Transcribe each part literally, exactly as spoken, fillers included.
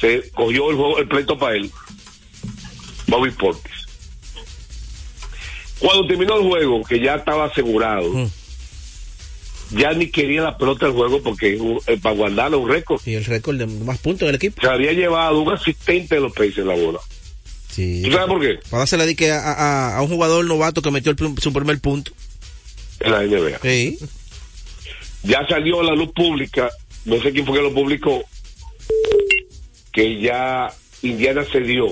se cogió el juego, el pleito para él, Bobby Portis. Cuando terminó el juego, que ya estaba asegurado, mm. ya ni quería la pelota del juego porque eh, para guardarle un récord. Y el récord de más puntos del equipo. Se había llevado un asistente de los Pacers la bola. Sí. ¿Tú sabes por qué? Para dársela de que a, a, a un jugador novato que metió el, su primer punto. En la N B A. Sí. Ya salió a la luz pública, no sé quién fue que lo publicó, que ya Indiana cedió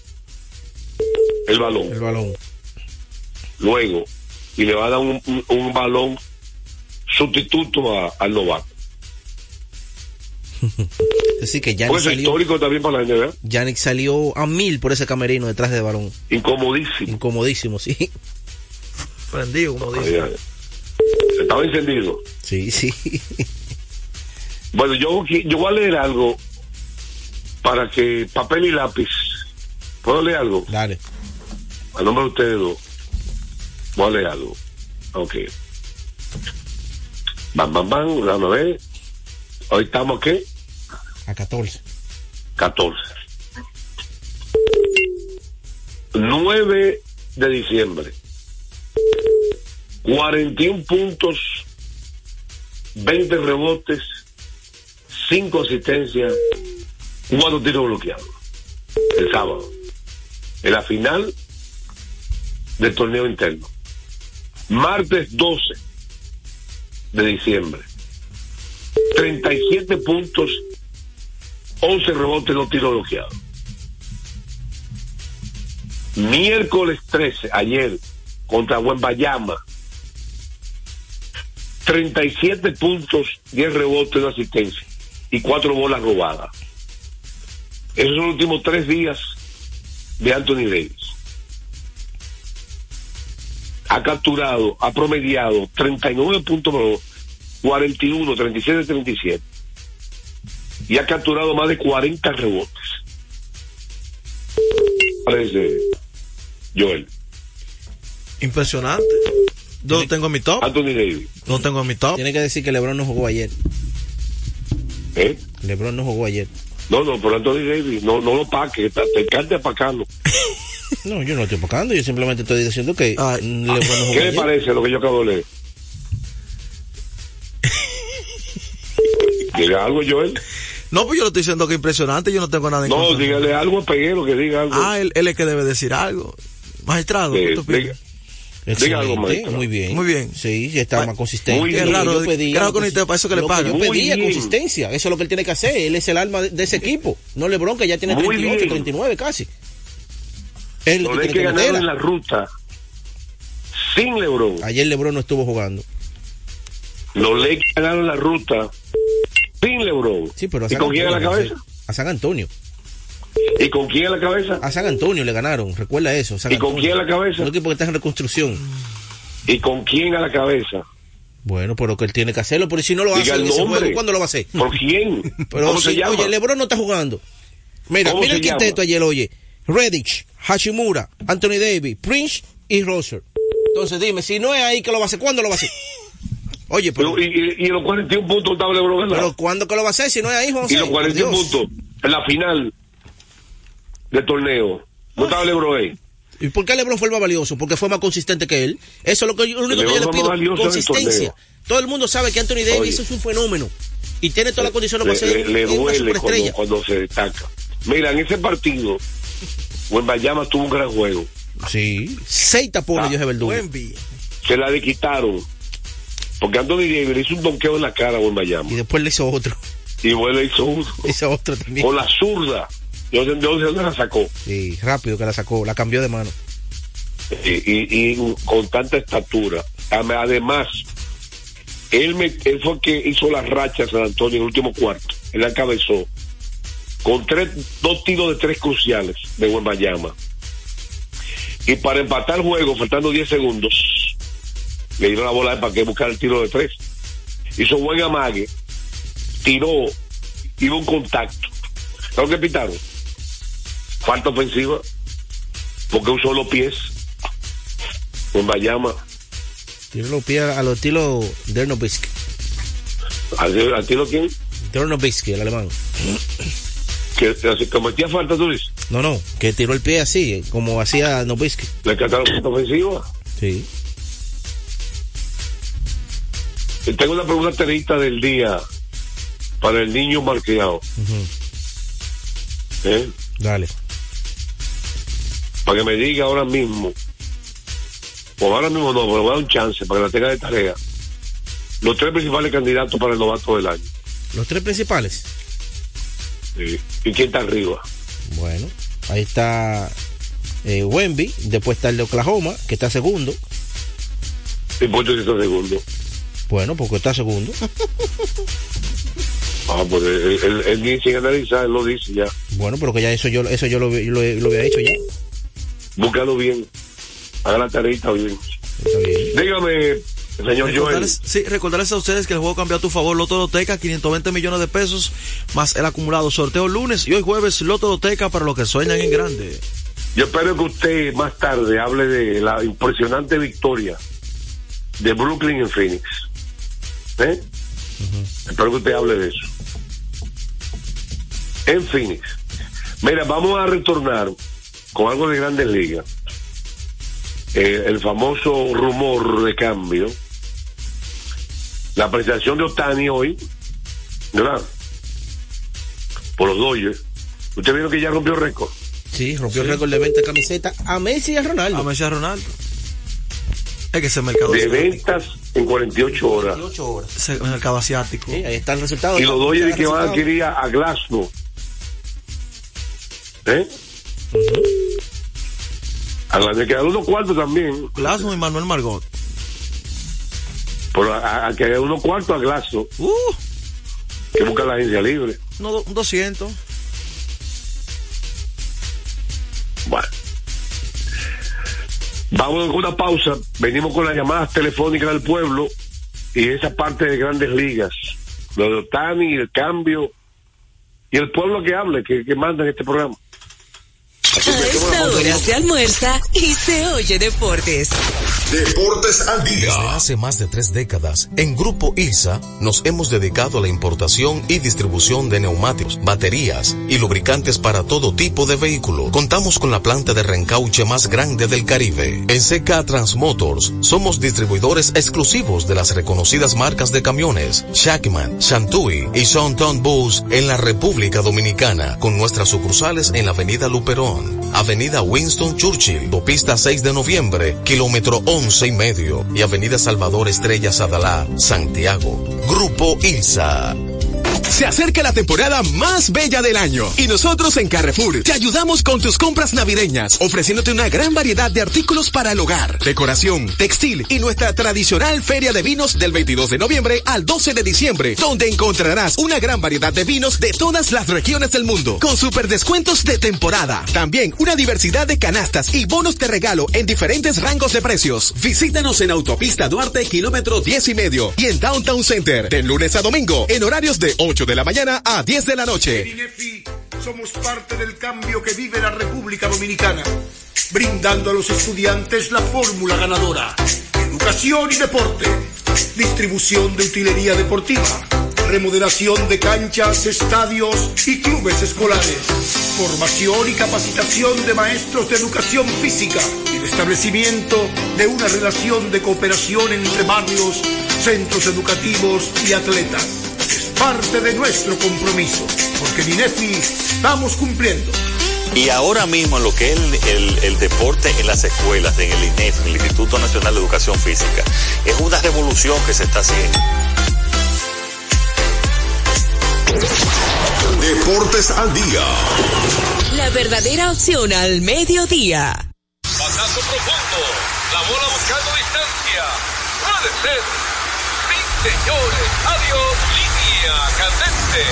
el balón. El balón. Luego, y le va a dar un, un, un balón sustituto a, al novato. Así que Giannis pues salió, histórico también para la N B A. Giannis salió a mil por ese camerino detrás del balón. Incomodísimo. Incomodísimo, sí. Prendido, como dice. Estaba encendido. Sí, sí. Bueno, yo, yo voy a leer algo para que papel y lápiz. ¿Puedo leer algo? Dale. A nombre de ustedes dos. Voy a leer algo. Ok. Bam, bam, bam. Déjame ver. Hoy estamos, ¿qué? A catorce. catorce. nueve de diciembre. cuarenta y uno puntos, veinte rebotes, cinco asistencias, cuatro tiros bloqueados. El sábado. En la final del torneo interno. Martes doce de diciembre. treinta y siete puntos, once rebotes, dos tiros bloqueados. Miércoles trece, ayer, contra Wembayama. treinta y siete puntos, diez rebotes, una asistencia y cuatro bolas robadas. Esos son los últimos tres días de Anthony Davis. Ha capturado, ha promediado treinta y nueve puntos, cuarenta y uno, treinta y siete, treinta y siete. Y ha capturado más de cuarenta rebotes. Parece, Joel. Impresionante. Yo tengo en mi top. Anthony Davis. No tengo en mi top. Tiene que decir que LeBron no jugó ayer. ¿Eh? LeBron no jugó ayer. No, no, pero Anthony Davis, no, no lo paque, te encanta apacarlo. No, yo no estoy apacando, yo simplemente estoy diciendo que Ay, LeBron no jugó ¿Qué ayer. le parece lo que yo acabo de leer? Diga algo, Joel. No, pues yo le estoy diciendo que impresionante, yo no tengo nada en No, contra. dígale algo a Peguero, que diga algo. Ah, él, él es que debe decir algo. Magistrado, Eh, ¿qué tú diga, Excelente, diga algo, maestro. muy bien. Muy bien. Sí, ya está Ay, más consistente. muy bien. Lo que Qué raro, yo pedía, qué raro que consi- necesita para eso que le lo pagan. Yo Muy pedía bien. consistencia, eso es lo que él tiene que hacer. Él es el alma de, de ese equipo. No LeBron, que ya tiene Muy treinta y ocho, bien. treinta y nueve casi. Él Los tiene Lakers que ganaron meterla. en la ruta sin LeBron. Ayer LeBron no estuvo jugando. Los Lakers ganaron la ruta sin LeBron. Sí, pero a ¿Y San con quién en la Antonio, cabeza? A San Antonio. ¿Y con quién en la cabeza? A San Antonio le ganaron, recuerda eso. San ¿Y con Antonio. quién en la cabeza? Un equipo que está en reconstrucción. ¿Y con quién a la cabeza? Bueno, pero que él tiene que hacerlo, porque si no lo Diga hace en el ese nombre. juego, ¿cuándo lo va a hacer? ¿Por quién? Pero ¿Cómo si- se llama? Oye, LeBron no está jugando. Mira, ¿Cómo mira se el quinteto llama? ayer, oye. Reddish, Hashimura, Anthony Davis, Prince y Roser. Entonces dime, si no es ahí que lo va a hacer, ¿cuándo lo va a hacer? Oye, pero, Pero, y, y, y en los cuarenta y uno puntos estaba LeBron ganando. pero ¿cuándo que lo va a hacer si no es ahí, José? Y los cuarenta y uno Dios. puntos en la final del torneo. ¿No estaba LeBron ahí? ¿Y por qué LeBron fue el más valioso? Porque fue más consistente que él. Eso es lo, que, lo único que yo LeBron le fue pido, más valioso en el consistencia. torneo. Todo el mundo sabe que Anthony Davis Oye. es un fenómeno y tiene todas las condiciones Le, para ser le, le una duele superestrella. cuando, cuando se destaca. Mira, en ese partido, Wembayama tuvo un gran juego. Sí, seis tapones Ah, dio ese verdugo. Buen día. Se la le quitaron. Porque Anthony Davis le hizo un donqueo en la cara a Wembayama. Y después le hizo otro. Y bueno, le hizo uno. Hizo otro también. Con la zurda. Yo sé de dónde la sacó. Sí, rápido que la sacó, la cambió de mano. Y, y, y con tanta estatura. Además, él, me, él fue el que hizo las rachas a San Antonio en el último cuarto. Él la encabezó. Con tres, dos tiros de tres cruciales de Wembayama. Y para empatar el juego, faltando diez segundos, le dieron la bola para que buscar el tiro de tres. Hizo buen amague, tiró, iba un contacto. ¿Sabes qué pitaron? Falta ofensiva, porque usó los pies. Wembayama, Tiró los pies a los estilos de Nowitzki. ¿al, al tiro quién? De Nowitzki, el alemán. Que se cometía falta, tú dices. No, no, que tiró el pie así, como hacía Nowitzki. Le cantaron falta ofensiva. Sí. Y tengo una pregunta terita del día para el niño marqueado. Uh-huh. ¿Eh? Dale. Para que me diga ahora mismo, o ahora mismo no, pero voy a dar un chance para que la tenga de tarea, los tres principales candidatos para el novato del año. ¿Los tres principales? Sí. ¿Y quién está arriba? Bueno, ahí está eh, Wemby, después está el de Oklahoma, que está segundo. ¿Y por qué está segundo? Bueno, porque está segundo. Ah, pues él, él, él ni sin analizar, él lo dice ya. Bueno, pero que ya eso yo, eso yo lo, lo, lo había hecho ya. Búscalo bien. Haga la tareita bien. Está bien. Dígame, señor Joel. Sí, recordarles a ustedes que el juego cambió a tu favor. Loto Loteca, quinientos veinte millones de pesos, más el acumulado. Sorteo lunes y hoy jueves, Loto Loteca para los que sueñan en grande. Yo espero que usted más tarde hable de la impresionante victoria de Brooklyn en Phoenix. ¿Eh? Uh-huh. Espero que usted hable de eso. En Phoenix. Mira, vamos a retornar con algo de Grandes Ligas. Eh, el famoso rumor de cambio. La presentación de Ohtani hoy, ¿verdad? Por los Dodgers. ¿Usted vieron que ya rompió récord? Sí, rompió sí. récord de venta de camiseta a Messi y a Ronaldo. A Messi y a Ronaldo. Es que ese mercado de asiático. ventas en cuarenta y ocho horas. cuarenta y ocho horas. Ese mercado asiático. Sí, ahí está el resultado. Y los Dodgers que van a adquirir a, a Glasnow. ¿Eh? Uh-huh. A la de quedar unos cuartos también. Glasnow y Manuel Margot. Pero a, a que unos cuartos a Glasnow. Uh, que busca la agencia libre. no, doscientos. Bueno. Vamos con una pausa. Venimos con las llamadas telefónicas del pueblo y esa parte de Grandes Ligas. Lo de Ohtani, el cambio y el pueblo que hable, que, que manda en este programa. A esta hora se almuerza y se oye deportes. Deportes al día. Desde hace más de tres décadas, en Grupo I L S A nos hemos dedicado a la importación y distribución de neumáticos, baterías y lubricantes para todo tipo de vehículo. Contamos con la planta de reencauche más grande del Caribe. En C K Transmotors somos distribuidores exclusivos de las reconocidas marcas de camiones Shackman, Shantui y Sonton Bus en la República Dominicana, con nuestras sucursales en la Avenida Luperón, Avenida Winston Churchill, Autopista seis de noviembre, kilómetro once y medio, y Avenida Salvador Estrella Sadalá, Santiago. Grupo I L S A. Se acerca la temporada más bella del año y nosotros en Carrefour te ayudamos con tus compras navideñas, ofreciéndote una gran variedad de artículos para el hogar, decoración, textil y nuestra tradicional feria de vinos del veintidós de noviembre al doce de diciembre, donde encontrarás una gran variedad de vinos de todas las regiones del mundo, con super descuentos de temporada. También una diversidad de canastas y bonos de regalo en diferentes rangos de precios. Visítanos en Autopista Duarte, kilómetro diez y medio, y en Downtown Center, de lunes a domingo, en horarios de ocho de la mañana a diez de la noche. En INEFI somos parte del cambio que vive la República Dominicana, brindando a los estudiantes la fórmula ganadora: educación y deporte, distribución de utilería deportiva, remodelación de canchas, estadios y clubes escolares, formación y capacitación de maestros de educación física y el establecimiento de una relación de cooperación entre barrios, centros educativos y atletas. Parte de nuestro compromiso, porque en INEFI estamos cumpliendo. Y ahora mismo en lo que es el, el, el deporte en las escuelas, en el INEFI, el Instituto Nacional de Educación Física, es una revolución que se está haciendo. Deportes al día. La verdadera opción al mediodía. Pasazo profundo, la bola buscando distancia, puede ser. Sí, señores, adiós, línea candente.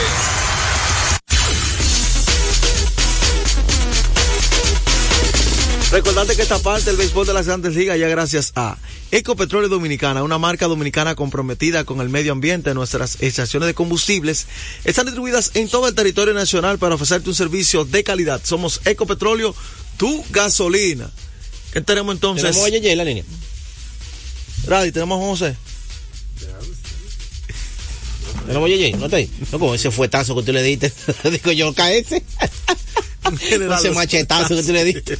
Recordarte que esta parte del béisbol de las Grandes Ligas ya gracias a Ecopetróleo Dominicana, una marca dominicana comprometida con el medio ambiente. Nuestras estaciones de combustibles están distribuidas en todo el territorio nacional para ofrecerte un servicio de calidad. Somos Ecopetróleo, tu gasolina. ¿Qué tenemos entonces? Tenemos a Yeye en la línea. Radi, tenemos a José. ¿No, oye, no te? No, con ese fuetazo que tú le diste. Digo yo, cae ese. Ese machetazo que tú le diste.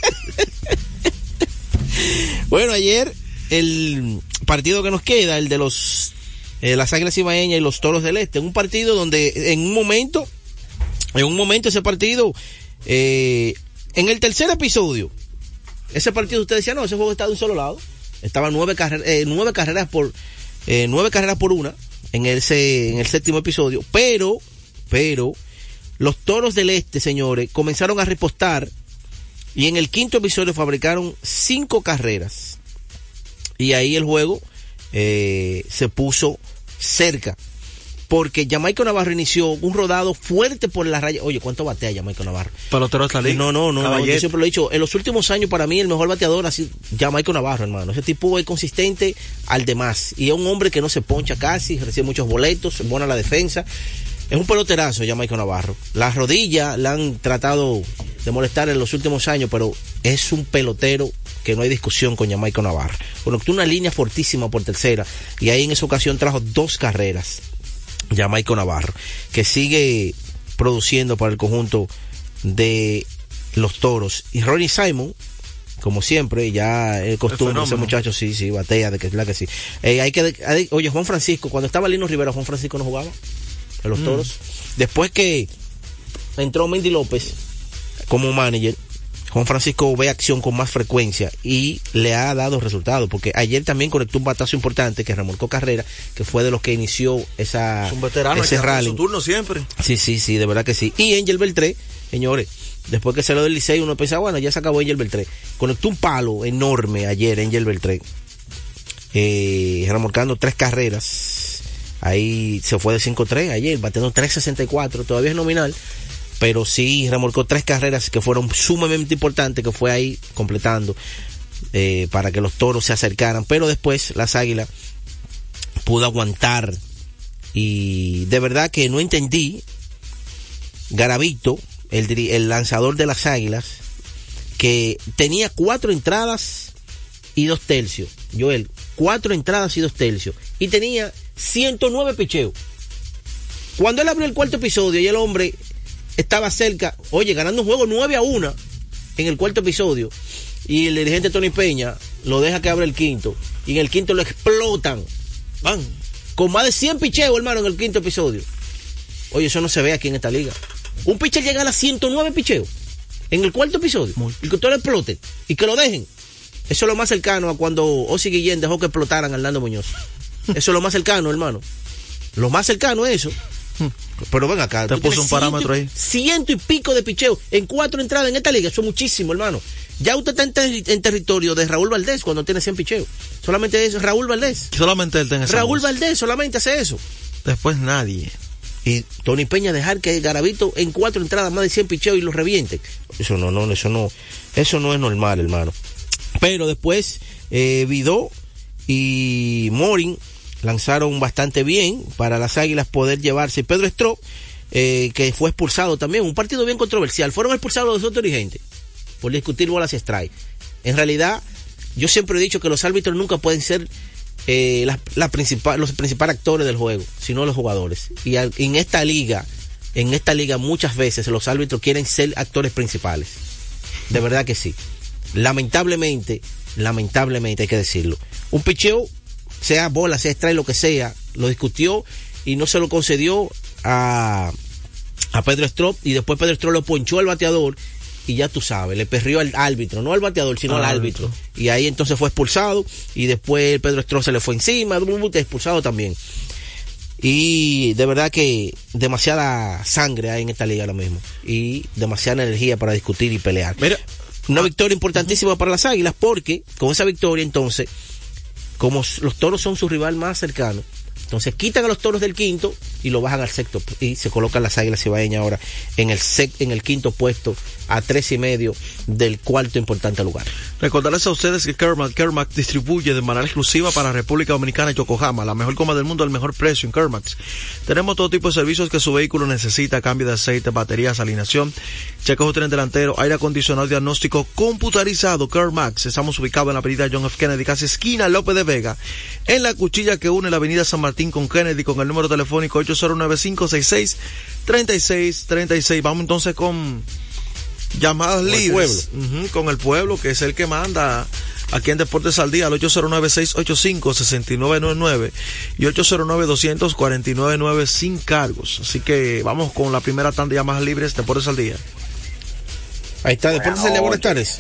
Bueno, ayer el partido que nos queda, el de los eh, las Águilas Ibaeñas y los Toros del Este, un partido donde en un momento, en un momento ese partido, eh, en el tercer episodio, ese partido usted decía, no, ese juego está de un solo lado, estaban nueve carreras, eh, nueve carreras por, eh, nueve carreras por una en ese, en el séptimo episodio, pero, pero, los Toros del Este, señores, comenzaron a repostar y en el quinto episodio fabricaron cinco carreras. Y ahí el juego eh, se puso cerca. Porque Jamaica Navarro inició un rodado fuerte por la raya. Oye, ¿cuánto batea Jamaica Navarro? Pelotero de la liga. No, no, no, no, yo siempre lo he dicho. En los últimos años, para mí, el mejor bateador ha sido Jamaica Navarro, hermano. Ese tipo es consistente al demás. Y es un hombre que no se poncha casi, recibe muchos boletos, es buena la defensa. Es un peloterazo, Jamaica Navarro. Las rodillas la han tratado de molestar en los últimos años, pero es un pelotero que no hay discusión con Jamaica Navarro. Conectó una línea fortísima por tercera y ahí en esa ocasión trajo dos carreras. Jamaica Navarro, que sigue produciendo para el conjunto de los Toros. Y Ronnie Simon, como siempre, ya es costumbre, ese muchacho sí, sí, batea, de que es la que sí. Eh, hay que, hay, oye, Juan Francisco, cuando estaba Lino Rivera, Juan Francisco no jugaba en los mm. Toros. Después que entró Mendy López como manager, Juan Francisco ve acción con más frecuencia y le ha dado resultados, porque ayer también conectó un batazo importante que remolcó carrera, que fue de los que inició esa, es un veterano, ese rally. Su turno siempre. Sí, sí, sí, de verdad que sí. Y Angel Beltré, señores, después que salió del Licey, uno pensaba, bueno, ya se acabó Angel Beltré. Conectó un palo enorme ayer Angel Beltré, eh, remolcando tres carreras. Ahí se fue de cinco tres ayer, bateando tres sesenta y cuatro, todavía es nominal, pero sí remolcó tres carreras que fueron sumamente importantes, que fue ahí completando eh, para que los Toros se acercaran, pero después las Águilas pudo aguantar. Y de verdad que no entendí Garavito, el, el lanzador de las Águilas, que tenía cuatro entradas y dos tercios, Joel, cuatro entradas y dos tercios, y tenía ciento nueve picheos. Cuando él abrió el cuarto episodio y el hombre estaba cerca, oye, ganando un juego nueve a uno en el cuarto episodio, y el dirigente Tony Peña lo deja que abra el quinto, y en el quinto lo explotan, van, con más de cien picheos, hermano, en el quinto episodio. Oye, eso no se ve aquí en esta liga. Un pitcher llega a las ciento nueve picheos en el cuarto episodio, y que todo lo explote, y que lo dejen. Eso es lo más cercano a cuando Ozzie Guillén dejó que explotaran a Hernando Muñoz. Eso es lo más cercano, hermano. Lo más cercano es eso. Pero ven acá, te puso un parámetro ahí. Ciento y pico de picheo en cuatro entradas en esta liga, eso es muchísimo, hermano. Ya usted está en, ter en territorio de Raúl Valdés cuando tiene cien picheos. Solamente es Raúl Valdés. Solamente él tiene esa Raúl voz. Valdés solamente hace eso. Después nadie. Y Tony Peña dejar que Garavito en cuatro entradas más de cien picheos y los revienten. Eso no, no, eso no, eso no es normal, hermano. Pero después eh, Vidó y Morin lanzaron bastante bien para las Águilas poder llevarse. Pedro Strop, eh, que fue expulsado también, un partido bien controversial. Fueron expulsados los dos dirigentes por discutir bolas y strike. En realidad, yo siempre he dicho que los árbitros nunca pueden ser eh, la, la principal, los principales actores del juego, sino los jugadores. Y al, en esta liga, en esta liga muchas veces los árbitros quieren ser actores principales. De verdad que sí. Lamentablemente, lamentablemente hay que decirlo. Un picheo, sea bola, sea strike, lo que sea, lo discutió y no se lo concedió a, a Pedro Strop, y después Pedro Strop lo ponchó al bateador y ya tú sabes, le perrió al árbitro, no al bateador, sino ah, al árbitro. Y ahí entonces fue expulsado, y después Pedro Strop se le fue encima, expulsado también. Y de verdad que demasiada sangre hay en esta liga ahora mismo, y demasiada energía para discutir y pelear. Mira, una ah, victoria importantísima uh-huh. para las Águilas, porque con esa victoria entonces, como los Toros son su rival más cercano, entonces quitan a los Toros del quinto y lo bajan al sexto, y se colocan las Águilas Ibaeñas ahora en el sec, en el quinto puesto a tres y medio del cuarto importante lugar. Recordarles a ustedes que Kermac, Kermac distribuye de manera exclusiva para República Dominicana y Yokohama, la mejor goma del mundo al mejor precio en Kermax. Tenemos todo tipo de servicios que su vehículo necesita: cambio de aceite, baterías, alineación, chequeo de tren delantero, aire acondicionado, diagnóstico computarizado. Kermax, estamos ubicados en la avenida John F. Kennedy, casi esquina López de Vega, en la cuchilla que une la avenida San Martín con Kennedy, con el número telefónico ocho cero nueve, cinco seis seis, tres seis tres seis. Vamos entonces con llamadas con libres. El uh-huh, con el pueblo, que es el que manda aquí en Deportes al Día, al ocho cero nueve, seis ocho cinco, seis nueve nueve nueve y ocho cero nueve, dos cuatro nueve nueve sin cargos. Así que vamos con la primera tanda de llamadas libres, Deportes al Día. Ahí está, Deportes al Día, buenas tardes.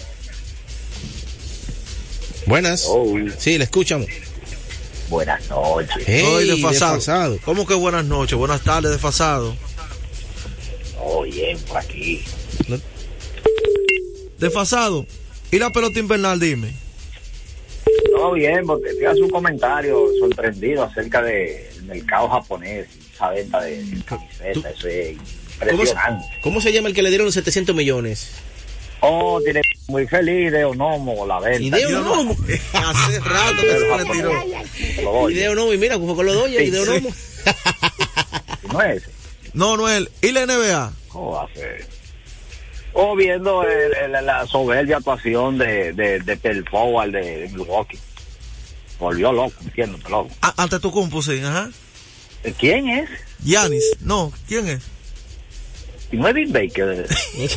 Buenas. Oh. Sí, le escuchamos. Buenas noches. Hey, Hoy desfasado. desfasado. ¿Cómo que buenas noches? Buenas tardes, desfasado. Oh, bien, por aquí. ¿No? Desfasado. ¿Y la pelota invernal, dime? Todo bien, porque te hace un comentario sorprendido acerca del mercado japonés, esa venta de camisetas, eso es impresionante. ¿Cómo se, ¿Cómo se llama el que le dieron los setecientos millones? Oh, tiene muy feliz de Onomo, la venta. ¿Y de Onomo? Hace rato que se retiró. ¿Y de Onomo? Y mira, como con los Dodgers, ¿y de Onomo? ¿No es ese? No, no es él. ¿Y la N B A? ¿Cómo va a ser? O viendo el, el, la soberbia actuación de, de, de Pel Powell de, de Milwaukee. Volvió loco, entiendo, loco. Ah, ante tu compu, sí, ajá. ¿Quién es? Giannis. No, ¿quién es? Y no es Vin Baker.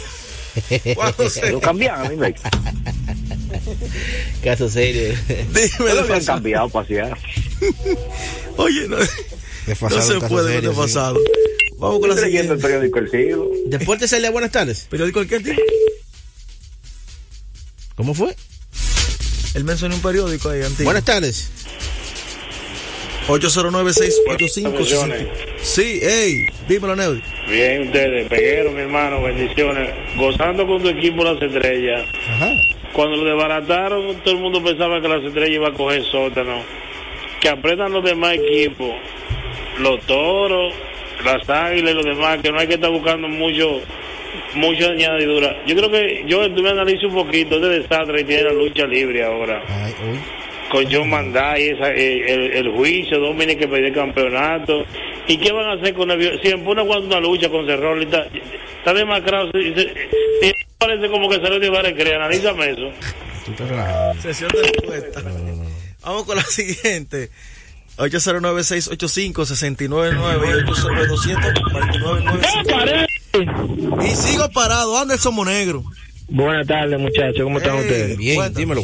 Lo cambiaron a Vin Baker. Caso serio. Dime, lo habían cambiado para allá. Oye, no, no se puede ver pasado. Vamos con la siguiente. El periódico El Siglo. Deportes al Día, buenas tardes. ¿Periódico el qué? ¿Cómo fue? Él mencionó un periódico ahí antiguo. Buenas tardes. ocho cero nueve, seis ocho cinco. Sí, hey, dímelo, Neudi. Bien, ustedes, Peguero, mi hermano, bendiciones. Gozando con tu equipo Las Estrellas. Ajá. Cuando lo desbarataron, todo el mundo pensaba que Las Estrellas iba a coger sótano. Que aprendan los demás equipos, los Toros, las Águilas y los demás, que no hay que estar buscando mucho mucha añadidura. Yo creo que yo me analizo un poquito de desastre que tiene la lucha libre ahora. Ay, uy. Con John Manday, esa, el, el juicio, Dominic que perdió el campeonato. ¿Y qué van a hacer con el... Si empuna cuando una lucha con Cerrón, está, está demacrado, y, se, y parece como que salió de Barecrea, analízame eso. Sesión de respuesta. No, no, no. Vamos con la siguiente. ocho cero nueve, seis ocho cinco, seis nueve nueve y ocho cero nueve, dos cuatro nueve nueve. Y sigo parado, Anderson Monegro. Buenas tardes, muchachos, ¿cómo están hey, ustedes? Bien, cuéntame. Dímelo.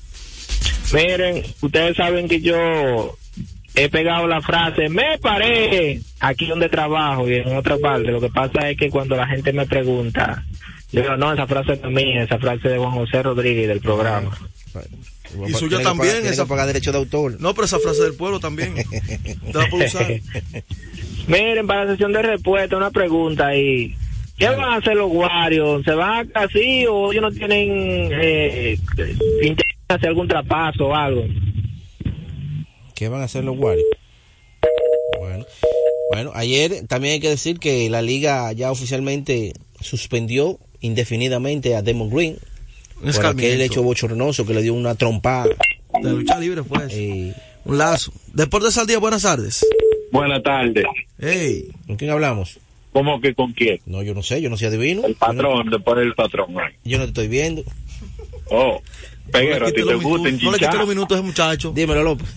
Miren, ustedes saben que yo he pegado la frase, me paré, aquí donde trabajo y en otra parte. Lo que pasa es que cuando la gente me pregunta, yo digo, no, esa frase no es mía, esa frase es de Juan José Rodríguez del programa. Y suya también, esa paga derecho de autor. No, pero esa frase del pueblo también. Te la puedo usar. Miren, para la sesión de respuesta, una pregunta ahí. ¿Qué van a hacer los Warriors? ¿Se van a así o ellos no tienen eh, interés en hacer algún trapazo o algo? ¿Qué van a hacer los Warriors? Bueno, bueno, ayer también hay que decir que la liga ya oficialmente suspendió indefinidamente a Damon Green. Un por aquel hecho bochornoso que le dio una trompada. De lucha libre, pues. Eh, un lazo. Deportes al Día, buenas tardes. Buenas tardes. Hey. ¿Con quién hablamos? ¿Cómo que con quién? No, yo no sé, yo no soy adivino. El patrón, no, después del patrón. ¿No? Yo no te estoy viendo. Oh, Peguero, no a ti te gusta enchichar. No le quité los minutos a ese muchacho. Dímelo, López.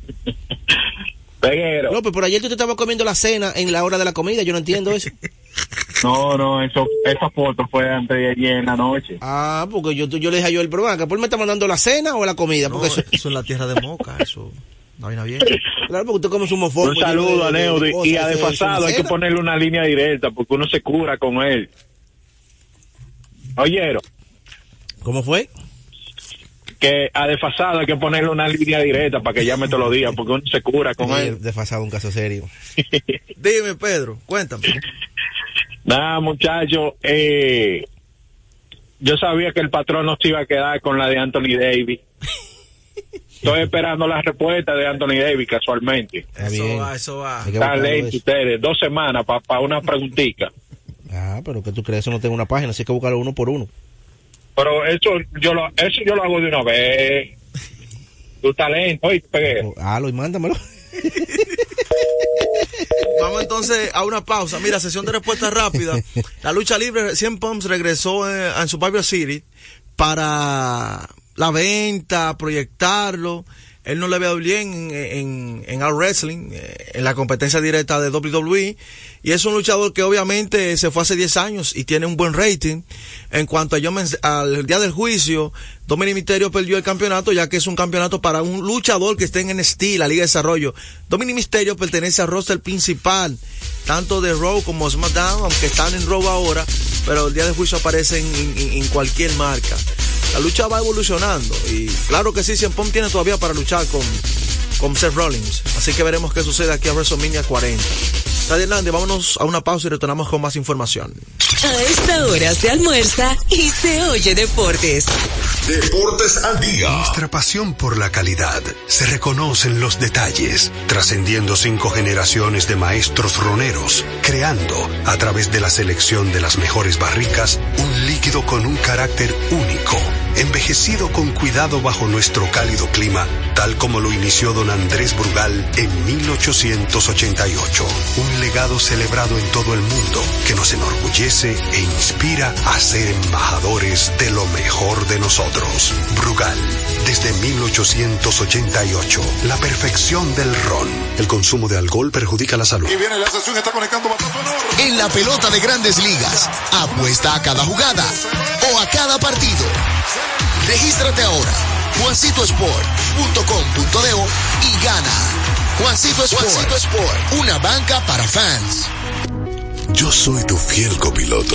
Peguero. López, por ayer tú te estabas comiendo la cena en la hora de la comida, yo no entiendo eso. No, no, eso, esa foto fue antes de ayer en la noche. Ah, porque yo, yo le dije a yo el programa, ¿por me está mandando la cena o la comida? Porque no, eso... eso es la tierra de Moca, eso no viene bien. Claro, porque tú comes un mofongo. Un saludo a Neo, y a Desfasado hay que ponerle una línea directa, porque uno se cura con él. ¿Oyeron? ¿Cómo fue? Que a Desfasado hay que ponerle una línea directa para que llame todos los días, porque uno se cura con sí, él. Desfasado, un caso serio. Dime, Pedro, cuéntame. Nada, muchachos, eh, yo sabía que el patrón no se iba a quedar con la de Anthony Davis. Estoy esperando la respuesta de Anthony Davis, casualmente. Eso va, eso va. Están lentos ustedes, dos semanas para pa una preguntita. Ah, pero que tú crees, eso no tengo una página, así que buscarlo uno por uno. Pero eso yo lo, eso yo lo hago de una vez. Tu talento, oye, pegué. Ah, lo y mándamelo. Vamos entonces a una pausa. Mira, sesión de respuesta rápida. La lucha libre, C M Punk regresó eh, en Survivor City para la venta, proyectarlo. Él no le había bien en, en, en All Wrestling, en la competencia directa de W W E, y es un luchador que obviamente se fue hace diez años y tiene un buen rating. En cuanto a yo al día del juicio, Dominic Mysterio perdió el campeonato, ya que es un campeonato para un luchador que esté en N X T, la Liga de Desarrollo. Dominic Mysterio pertenece al roster principal, tanto de Raw como SmackDown, aunque están en Raw ahora, pero el día del juicio aparecen en, en, en cualquier marca. La lucha va evolucionando y claro que sí, C M Punk tiene todavía para luchar con, con Seth Rollins, así que veremos qué sucede aquí a WrestleMania cuarenta. Radio Hernández, vámonos a una pausa y retornamos con más información. A esta hora se almuerza y se oye deportes. Deportes al día. Nuestra pasión por la calidad se reconoce en los detalles, trascendiendo cinco generaciones de maestros roneros, creando, a través de la selección de las mejores barricas, un líquido con un carácter único, envejecido con cuidado bajo nuestro cálido clima, tal como lo inició don Andrés Brugal en mil ochocientos ochenta y ocho. Un legado celebrado en todo el mundo que nos enorgullece e inspira a ser embajadores de lo mejor de nosotros. Brugal, desde mil ochocientos ochenta y ocho, la perfección del ron. El consumo de alcohol perjudica la salud. Y viene la sesión, está conectando bastante honor. En la pelota de Grandes Ligas, apuesta a cada jugada o a cada partido. Regístrate ahora, juancito sport punto com punto de y gana. Juancito Sport, Juancito Sport, una banca para fans. Yo soy tu fiel copiloto.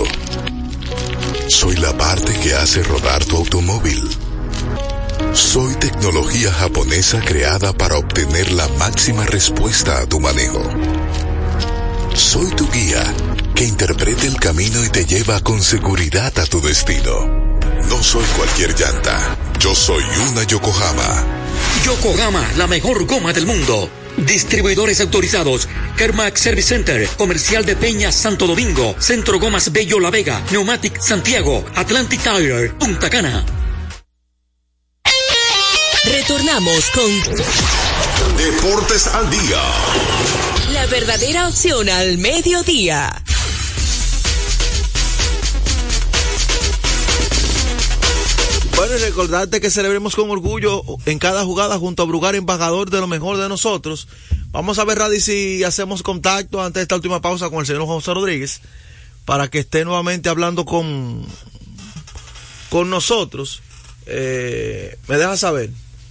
Soy la parte que hace rodar tu automóvil. Soy tecnología japonesa creada para obtener la máxima respuesta a tu manejo. Soy tu guía que interpreta el camino y te lleva con seguridad a tu destino. No soy cualquier llanta. Yo soy una Yokohama. Yokohama, la mejor goma del mundo. Distribuidores autorizados: Kermax Service Center, Comercial de Peña Santo Domingo, Centro Gomas Bello La Vega, Neumatic Santiago, Atlantic Tire, Punta Cana. Retornamos con Deportes al día. La verdadera opción al mediodía. Bueno, y recordarte que celebremos con orgullo en cada jugada junto a Brugal, embajador de lo mejor de nosotros. Vamos a ver, Radi, si hacemos contacto antes de esta última pausa con el señor José Rodríguez para que esté nuevamente hablando con, con nosotros. Eh, ¿Me deja saber?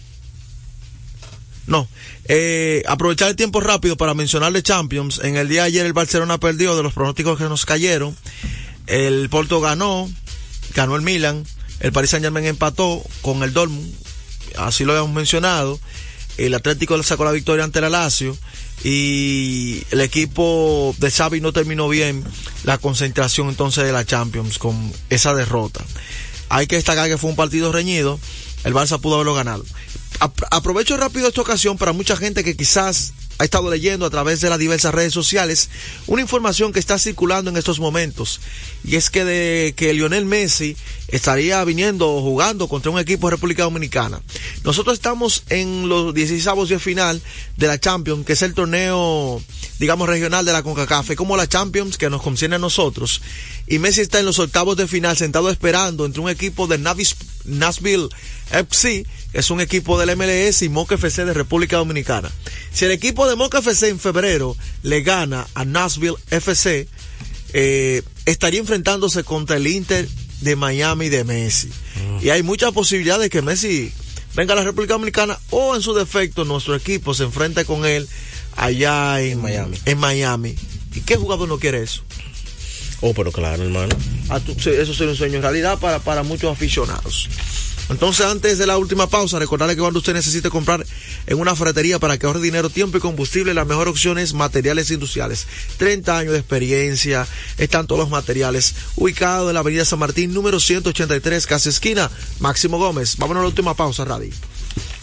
No. Eh, aprovechar el tiempo rápido para mencionarle Champions. En el día de ayer el Barcelona perdió, de los pronósticos que nos cayeron. El Porto ganó, ganó el Milan. El Paris Saint-Germain empató con el Dortmund, así lo habíamos mencionado. El Atlético le sacó la victoria ante el Lazio y el equipo de Xavi no terminó bien la concentración entonces de la Champions con esa derrota. Hay que destacar que fue un partido reñido, el Barça pudo haberlo ganado. Aprovecho rápido esta ocasión para mucha gente que quizás ha estado leyendo a través de las diversas redes sociales una información que está circulando en estos momentos, y es que de que Lionel Messi estaría viniendo o jugando contra un equipo de República Dominicana. Nosotros estamos en los dieciseisavos de final de la Champions, que es el torneo, digamos, regional de la CONCACAF, como la Champions que nos concierne a nosotros, y Messi está en los octavos de final sentado esperando entre un equipo de Navis, Nashville F C, es un equipo del M L S, y Moca F C de República Dominicana. Si el equipo de Moca F C en febrero le gana a Nashville F C, eh, estaría enfrentándose contra el Inter de Miami de Messi. Uh. Y hay muchas posibilidades de que Messi venga a la República Dominicana, o en su defecto nuestro equipo se enfrente con él allá en, en Miami. En Miami. ¿Y qué jugador no quiere eso? Oh, pero claro, hermano. Eso sería un sueño en realidad para, para muchos aficionados. Entonces, antes de la última pausa, recordarle que cuando usted necesite comprar en una ferretería para que ahorre dinero, tiempo y combustible, la mejor opción es Materiales Industriales. treinta años de experiencia, están todos los materiales. Ubicado en la avenida San Martín, número ciento ochenta y tres, casi esquina, Máximo Gómez. Vámonos a la última pausa, Radio. A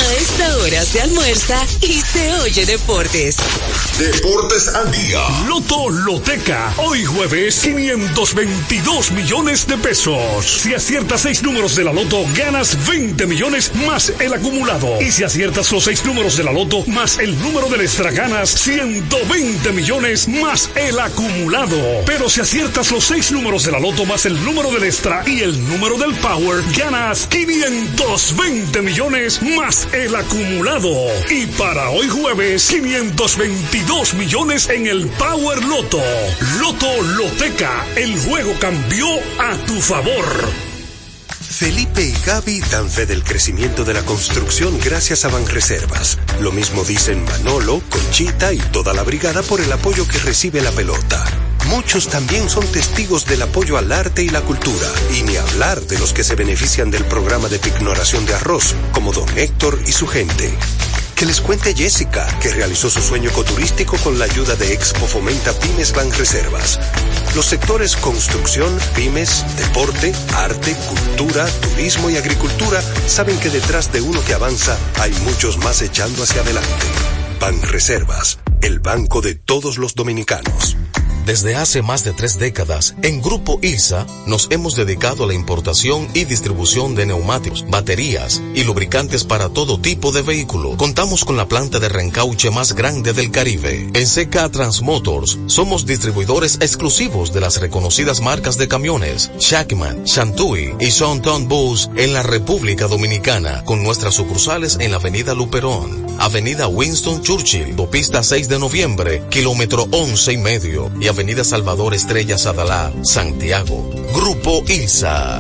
A esta hora se almuerza y se oye deportes. Deportes al día. Loto Loteca. Hoy jueves, quinientos veintidós millones de pesos. Si aciertas seis números de la Loto, ganas veinte millones más el acumulado. Y si aciertas los seis números de la Loto más el número del extra, ganas ciento veinte millones más el acumulado. Pero si aciertas los seis números de la Loto más el número del extra y el número del Power, ganas quinientos veinte millones más el acumulado. Y para hoy jueves, quinientos veintidós millones en el Power Loto. Loto Loteca, el juego cambió a tu favor. Felipe y Gaby dan fe del crecimiento de la construcción gracias a Banreservas. Lo mismo dicen Manolo, Conchita y toda la brigada por el apoyo que recibe la pelota. Muchos también son testigos del apoyo al arte y la cultura, y ni hablar de los que se benefician del programa de pignoración de arroz, como don Héctor y su gente. Que les cuente Jessica, que realizó su sueño ecoturístico con la ayuda de Expo Fomenta Pymes Banreservas. Los sectores construcción, pymes, deporte, arte, cultura, turismo y agricultura saben que detrás de uno que avanza hay muchos más echando hacia adelante. Banreservas, el banco de todos los dominicanos. Desde hace más de tres décadas, en Grupo ILSA nos hemos dedicado a la importación y distribución de neumáticos, baterías y lubricantes para todo tipo de vehículo. Contamos con la planta de reencauche más grande del Caribe. En C K Transmotors somos distribuidores exclusivos de las reconocidas marcas de camiones Shackman, Shantui y Sonton Bus en la República Dominicana, con nuestras sucursales en la Avenida Luperón, Avenida Winston Churchill, Autopista seis de noviembre, kilómetro once y medio, y Avenida Salvador Estrella Sadalá, Santiago. Grupo ILSA.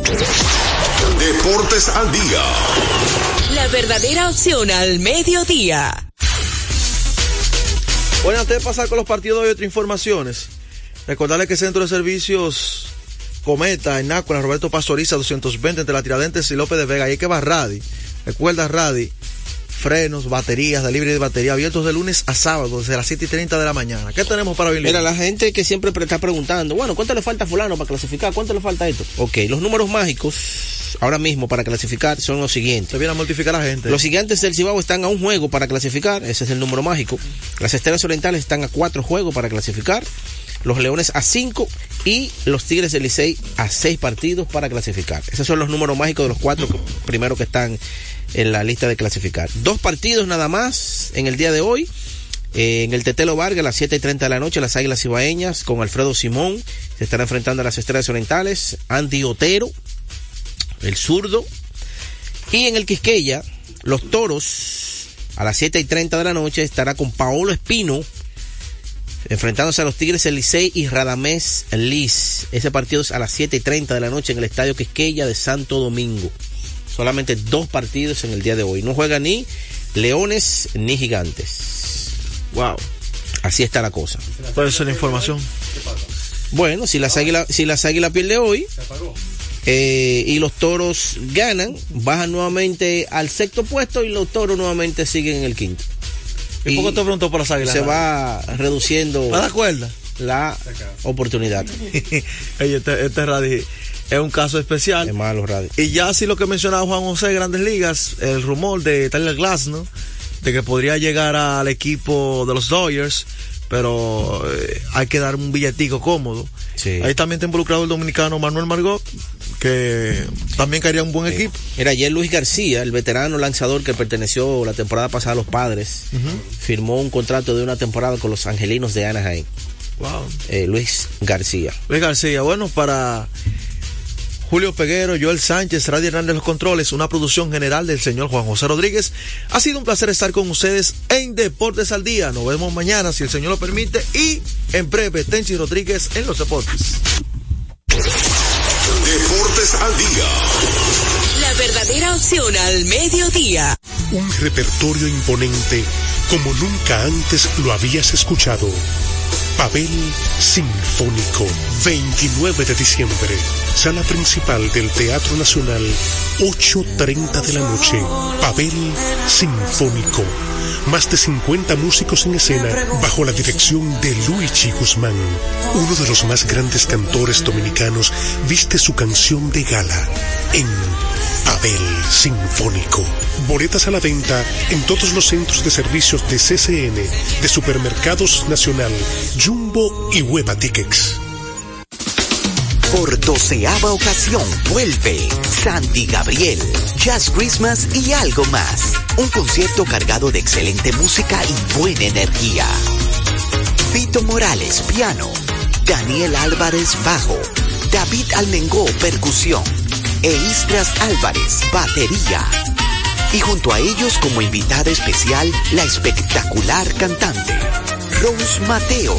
Deportes al día. La verdadera opción al mediodía. Bueno, antes de pasar con los partidos de hoy, otras informaciones. Recordarles que el Centro de Servicios Cometa en Nácuara, Roberto Pastoriza doscientos veinte entre la Tiradentes y López de Vega. Ahí que va Radi. Recuerda Radi. Frenos, baterías, delivery de batería, abiertos de lunes a sábado, desde las siete y treinta de la mañana. ¿Qué tenemos para hoy? Mira, la gente que siempre está preguntando, bueno, ¿cuánto le falta a fulano para clasificar? ¿Cuánto le falta a esto? Ok, los números mágicos, ahora mismo para clasificar, son los siguientes. Se viene a multiplicar a la gente. Los gigantes del Cibao están a un juego para clasificar, ese es el número mágico. Las Estrellas Orientales están a cuatro juegos para clasificar. Los Leones a cinco y los Tigres del Licey a seis partidos para clasificar. Esos son los números mágicos de los cuatro primeros que están en la lista de clasificar. Dos partidos nada más en el día de hoy. Eh, en el Tetelo Vargas a las siete y treinta de la noche, las Águilas Cibaeñas con Alfredo Simón se estarán enfrentando a las Estrellas Orientales. Andy Otero, el zurdo. Y en el Quisqueya, los Toros a las siete y treinta de la noche estará con Paolo Espino enfrentándose a los Tigres del Licey y Radamés Liz. Ese partido es a las siete y treinta de la noche en el Estadio Quisqueya de Santo Domingo. Solamente dos partidos en el día de hoy. No juega ni Leones ni Gigantes. Wow. Así está la cosa. ¿Puede ser la información? Bueno, si las Águilas si las Águilas pierde hoy eh, y los Toros ganan, bajan nuevamente al sexto puesto y los Toros nuevamente siguen en el quinto. ¿Y, ¿Y poco te preguntó por las Águilas? Se va reduciendo ¿Me das cuerda? La oportunidad. Oye, este, este Radi es un caso especial. Es malo, Radi. Y ya así lo que mencionaba Juan José, Grandes Ligas, el rumor de Tyler Glasnow, de que podría llegar al equipo de los Dodgers, pero eh, hay que dar un billetico cómodo. Sí. Ahí también está involucrado el dominicano Manuel Margot, que también quería un buen sí. equipo. Mira, ayer Luis García, el veterano lanzador que perteneció la temporada pasada a los Padres, uh-huh. firmó un contrato de una temporada con los Angelinos de Anaheim. Wow. Eh, Luis García. Luis García, bueno, para Julio Peguero, Joel Sánchez, Radio Hernández los controles, una producción general del señor Juan José Rodríguez. Ha sido un placer estar con ustedes en Deportes al Día. Nos vemos mañana, si el señor lo permite, y en breve, Tenchi Rodríguez en los deportes. Deportes al Día. La verdadera opción al mediodía. Un repertorio imponente como nunca antes lo habías escuchado. Pavel Sinfónico, veintinueve de diciembre, sala principal del Teatro Nacional, ocho treinta de la noche. Pavel Sinfónico, más de cincuenta músicos en escena bajo la dirección de Luigi Guzmán. Uno de los más grandes cantores dominicanos viste su canción de gala en Pavel Sinfónico. Boletas a la venta en todos los centros de servicios de C C N, de Supermercados Nacional, Jumbo y Hueva Tickets. Por doceava ocasión vuelve Sandy Gabriel, Jazz Christmas y algo más. Un concierto cargado de excelente música y buena energía. Vito Morales, piano. Daniel Álvarez, bajo. David Almengó, percusión. E Istras Álvarez, batería. Y junto a ellos como invitada especial, la espectacular cantante Rose Mateo.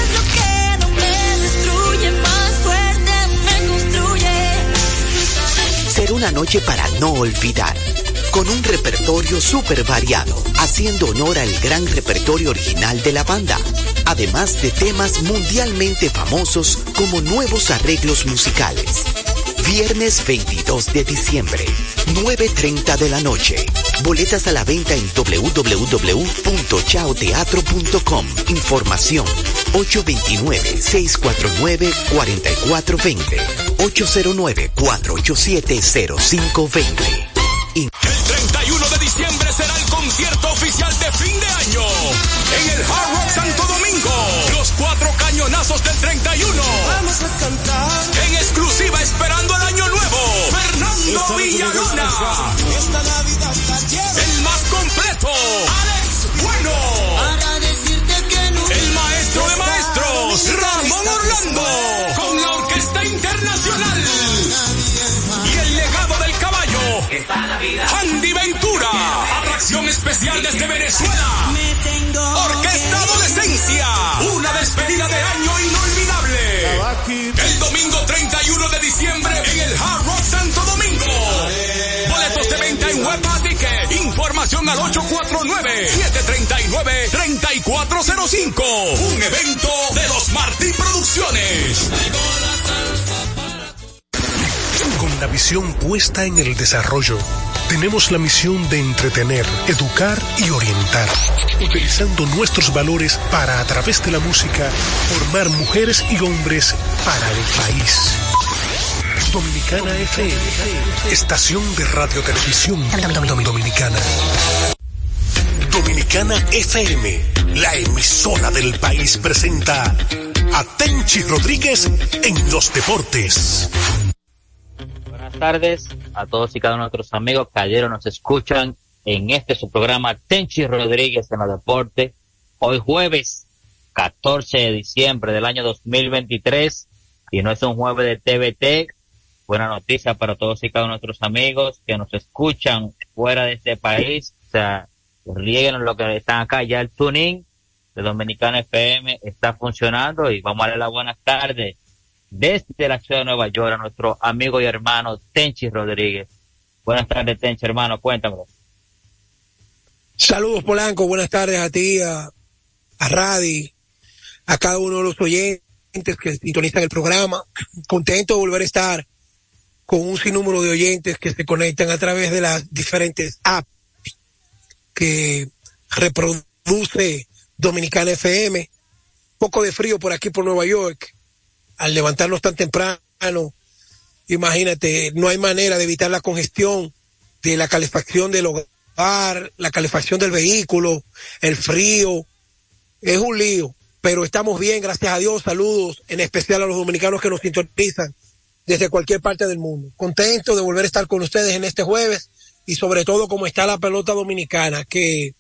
Será una noche para no olvidar, con un repertorio súper variado, haciendo honor al gran repertorio original de la banda, además de temas mundialmente famosos como nuevos arreglos musicales. Viernes veintidós de diciembre, nueve treinta de la noche. Boletas a la venta en doble u doble u doble u punto chao teatro punto com. Información ocho dos nueve, seis cuatro nueve, cuatro cuatro dos cero, ocho cero nueve, cuatro ocho siete, cero cinco dos cero. El treinta y uno de diciembre será el concierto oficial de fin de año en el Hard Rock Santo Domingo. Los cuatro cañonazos del treinta y uno. Vamos a cantar en exclusiva esperando el año nuevo. Fernando Villalona. Esta Navidad está llena. El más completo. Alex Bueno. Para decirte que no. El maestro de maestros. Ramón Orlando. Con la Orquesta Internacional. Y el legado del caballo. Andy Ventura, atracción especial desde Venezuela. Orquesta Adolescencia, una despedida de año inolvidable. El domingo treinta y uno de diciembre en el Hard Rock Santo Domingo. Boletos de venta en Hueva Ticket. Información al ocho cuatro nueve, siete tres nueve, tres cuatro cero cinco. Un evento de los Martí Producciones. Con la visión puesta en el desarrollo, tenemos la misión de entretener, educar y orientar, utilizando nuestros valores para, a través de la música, formar mujeres y hombres para el país. Dominicana F M, estación de radio televisión dominicana. Dominicana F M, la emisora del país, presenta a Tenchi Rodríguez en los deportes. Buenas tardes a todos y cada uno de nuestros amigos que ayer nos escuchan en este su programa Tenchi Rodríguez en los deportes. Hoy jueves catorce de diciembre del año dos mil veintitrés, y no es un jueves de T V T. Buena noticia para todos y cada uno de nuestros amigos que nos escuchan fuera de este país. O sea, rieguen lo que están acá. Ya el tuning de Dominicana F M está funcionando y vamos a darle las buenas tardes desde la ciudad de Nueva York a nuestro amigo y hermano Tenchi Rodríguez. Buenas tardes, Tenchi, hermano, cuéntamelo. Saludos, Polanco, buenas tardes a ti, a, a Radi, a cada uno de los oyentes que sintonizan el programa. Contento de volver a estar con un sinnúmero de oyentes que se conectan a través de las diferentes apps que reproduce Dominicana F M. Poco de frío por aquí por Nueva York. Al levantarnos tan temprano, imagínate, no hay manera de evitar la congestión de la calefacción del hogar, la calefacción del vehículo, el frío. Es un lío, pero estamos bien, gracias a Dios. Saludos en especial a los dominicanos que nos sintonizan desde cualquier parte del mundo. Contento de volver a estar con ustedes en este jueves y sobre todo cómo está la pelota dominicana, que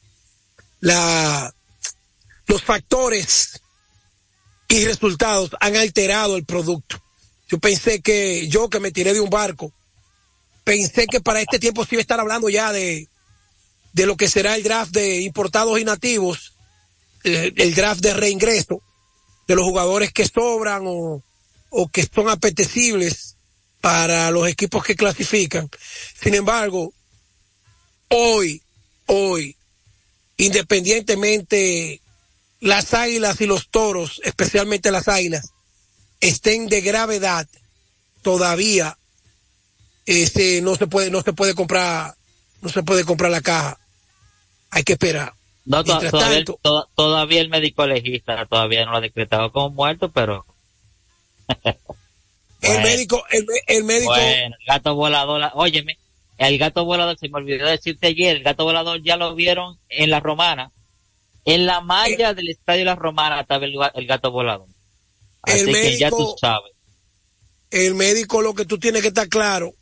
la los factores y resultados han alterado el producto. Yo pensé que, yo que me tiré de un barco, pensé que para este tiempo se iba a estar hablando ya de, de lo que será el draft de importados y nativos, el, el draft de reingreso, de los jugadores que sobran o, o que son apetecibles para los equipos que clasifican. Sin embargo, hoy, hoy, independientemente las Águilas y los Toros, especialmente las Águilas, estén de gravedad, todavía este no se puede no se puede comprar no se puede comprar la caja. Hay que esperar. No, to- todavía, tanto, to- todavía el médico legista todavía no lo ha decretado como muerto, pero el bueno, médico el, el médico bueno, el gato volador, la- óyeme, el gato volador, se me olvidó decirte ayer, el gato volador ya lo vieron en la Romana, en la malla eh, del estadio La Romana estaba el, el gato volador. Así el que médico, ya tú sabes. El médico, lo que tú tienes que estar claro,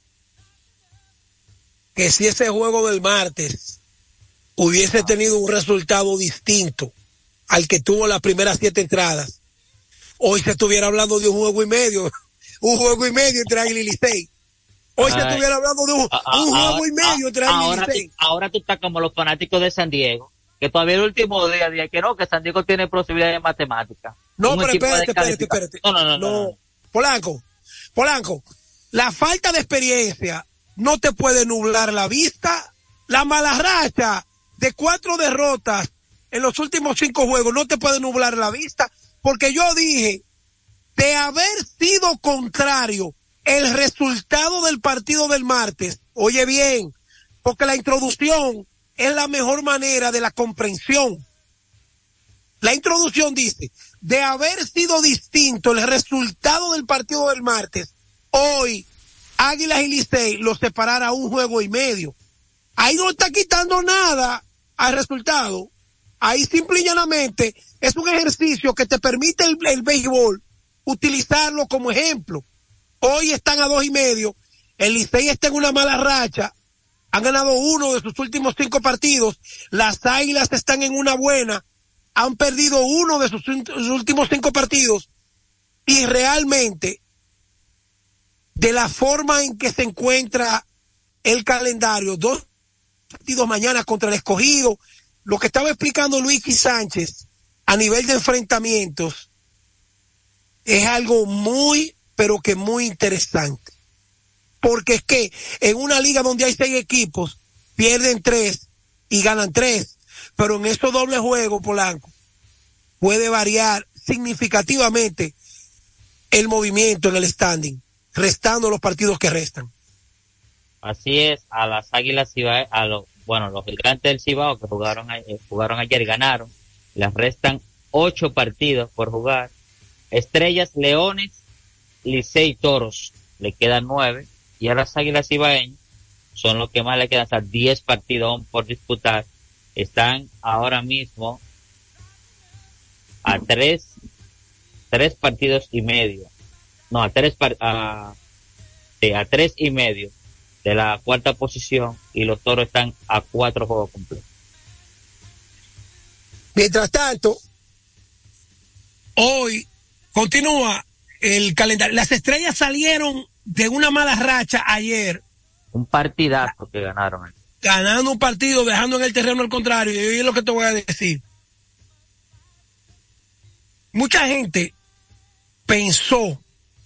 que si ese juego del martes hubiese tenido un resultado distinto al que tuvo las primeras siete entradas, hoy se estuviera hablando de un juego y medio, un juego y medio entre Águila y Licey. Hoy Ay. se estuviera hablando de un, a, a, un juego a, y medio entre Águila y Licey. Ahora tú estás como los fanáticos de San Diego, que todavía el último día día que no, que San Diego tiene posibilidades de matemática. No, pero espérate, espérate, espérate. No, no, no, no, no. Polanco, Polanco, la falta de experiencia no te puede nublar la vista. La mala racha de cuatro derrotas en los últimos cinco juegos no te puede nublar la vista, porque yo dije, de haber sido contrario el resultado del partido del martes, oye bien, porque la introducción es la mejor manera de la comprensión. La introducción dice, de haber sido distinto el resultado del partido del martes, hoy Águilas y Licey los separara un juego y medio. Ahí no está quitando nada al resultado. Ahí simple y llanamente es un ejercicio que te permite el, el béisbol utilizarlo como ejemplo. Hoy están a dos y medio, el Licey está en una mala racha, han ganado uno de sus últimos cinco partidos, las Águilas están en una buena, han perdido uno de sus, sus últimos cinco partidos, y realmente, de la forma en que se encuentra el calendario, dos partidos mañana contra el Escogido, lo que estaba explicando Luis y Sánchez a nivel de enfrentamientos es algo muy, pero que muy interesante. Porque es que en una liga donde hay seis equipos, pierden tres y ganan tres. Pero en estos dobles juegos, Polanco, puede variar significativamente el movimiento en el standing, restando los partidos que restan. Así es, a las Águilas Cibao, a los, bueno, los Gigantes del Cibao que jugaron, eh, jugaron ayer, ganaron, les restan ocho partidos por jugar. Estrellas, Leones, Licey, Toros, le quedan nueve, y a las Águilas Cibaeñas son los que más le quedan, hasta diez partidos aún por disputar. Están ahora mismo a tres, tres partidos y medio, no, a tres, a, sí, a tres y medio de la cuarta posición, y los Toros están a cuatro juegos completos. Mientras tanto, hoy continúa el calendario. Las Estrellas salieron de una mala racha ayer. Un partidazo que ganaron. Ganando un partido, dejando en el terreno al contrario. Y es lo que te voy a decir. Mucha gente pensó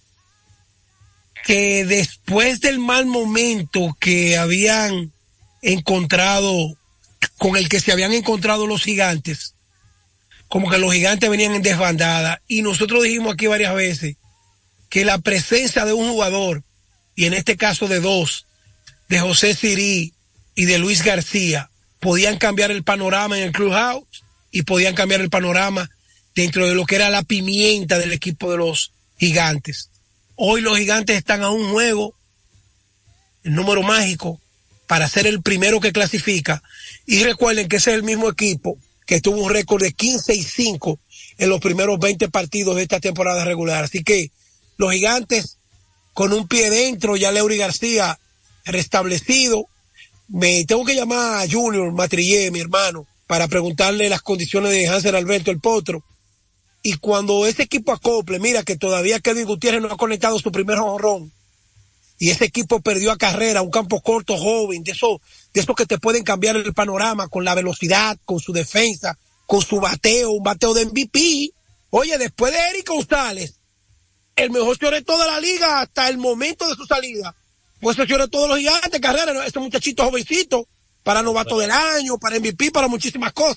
que después del mal momento que habían encontrado, con el que se habían encontrado los Gigantes, como que los Gigantes venían en desbandada, y nosotros dijimos aquí varias veces que la presencia de un jugador, y en este caso de dos, de José Sirí y de Luis García, podían cambiar el panorama en el clubhouse y podían cambiar el panorama dentro de lo que era la pimienta del equipo de los Gigantes. Hoy los Gigantes están a un juego, el número mágico, para ser el primero que clasifica, y recuerden que ese es el mismo equipo que tuvo un récord de quince y cinco en los primeros veinte partidos de esta temporada regular. Así que los Gigantes con un pie dentro, ya Leury García restablecido. Me tengo que llamar a Junior Matrillé, mi hermano, para preguntarle las condiciones de Hansel Alberto el Potro. Y cuando ese equipo acople, mira que todavía Kevin Gutiérrez no ha conectado su primer jonrón, y ese equipo perdió a Carrera, un campo corto, joven, de esos de eso que te pueden cambiar el panorama con la velocidad, con su defensa, con su bateo, un bateo de M V P. Oye, después de Eric González, el mejor shortstop de la liga hasta el momento de su salida, pues ese shortstop de los Gigantes, Carrera, ese muchachito jovencito, para novato del año, para M V P, para muchísimas cosas.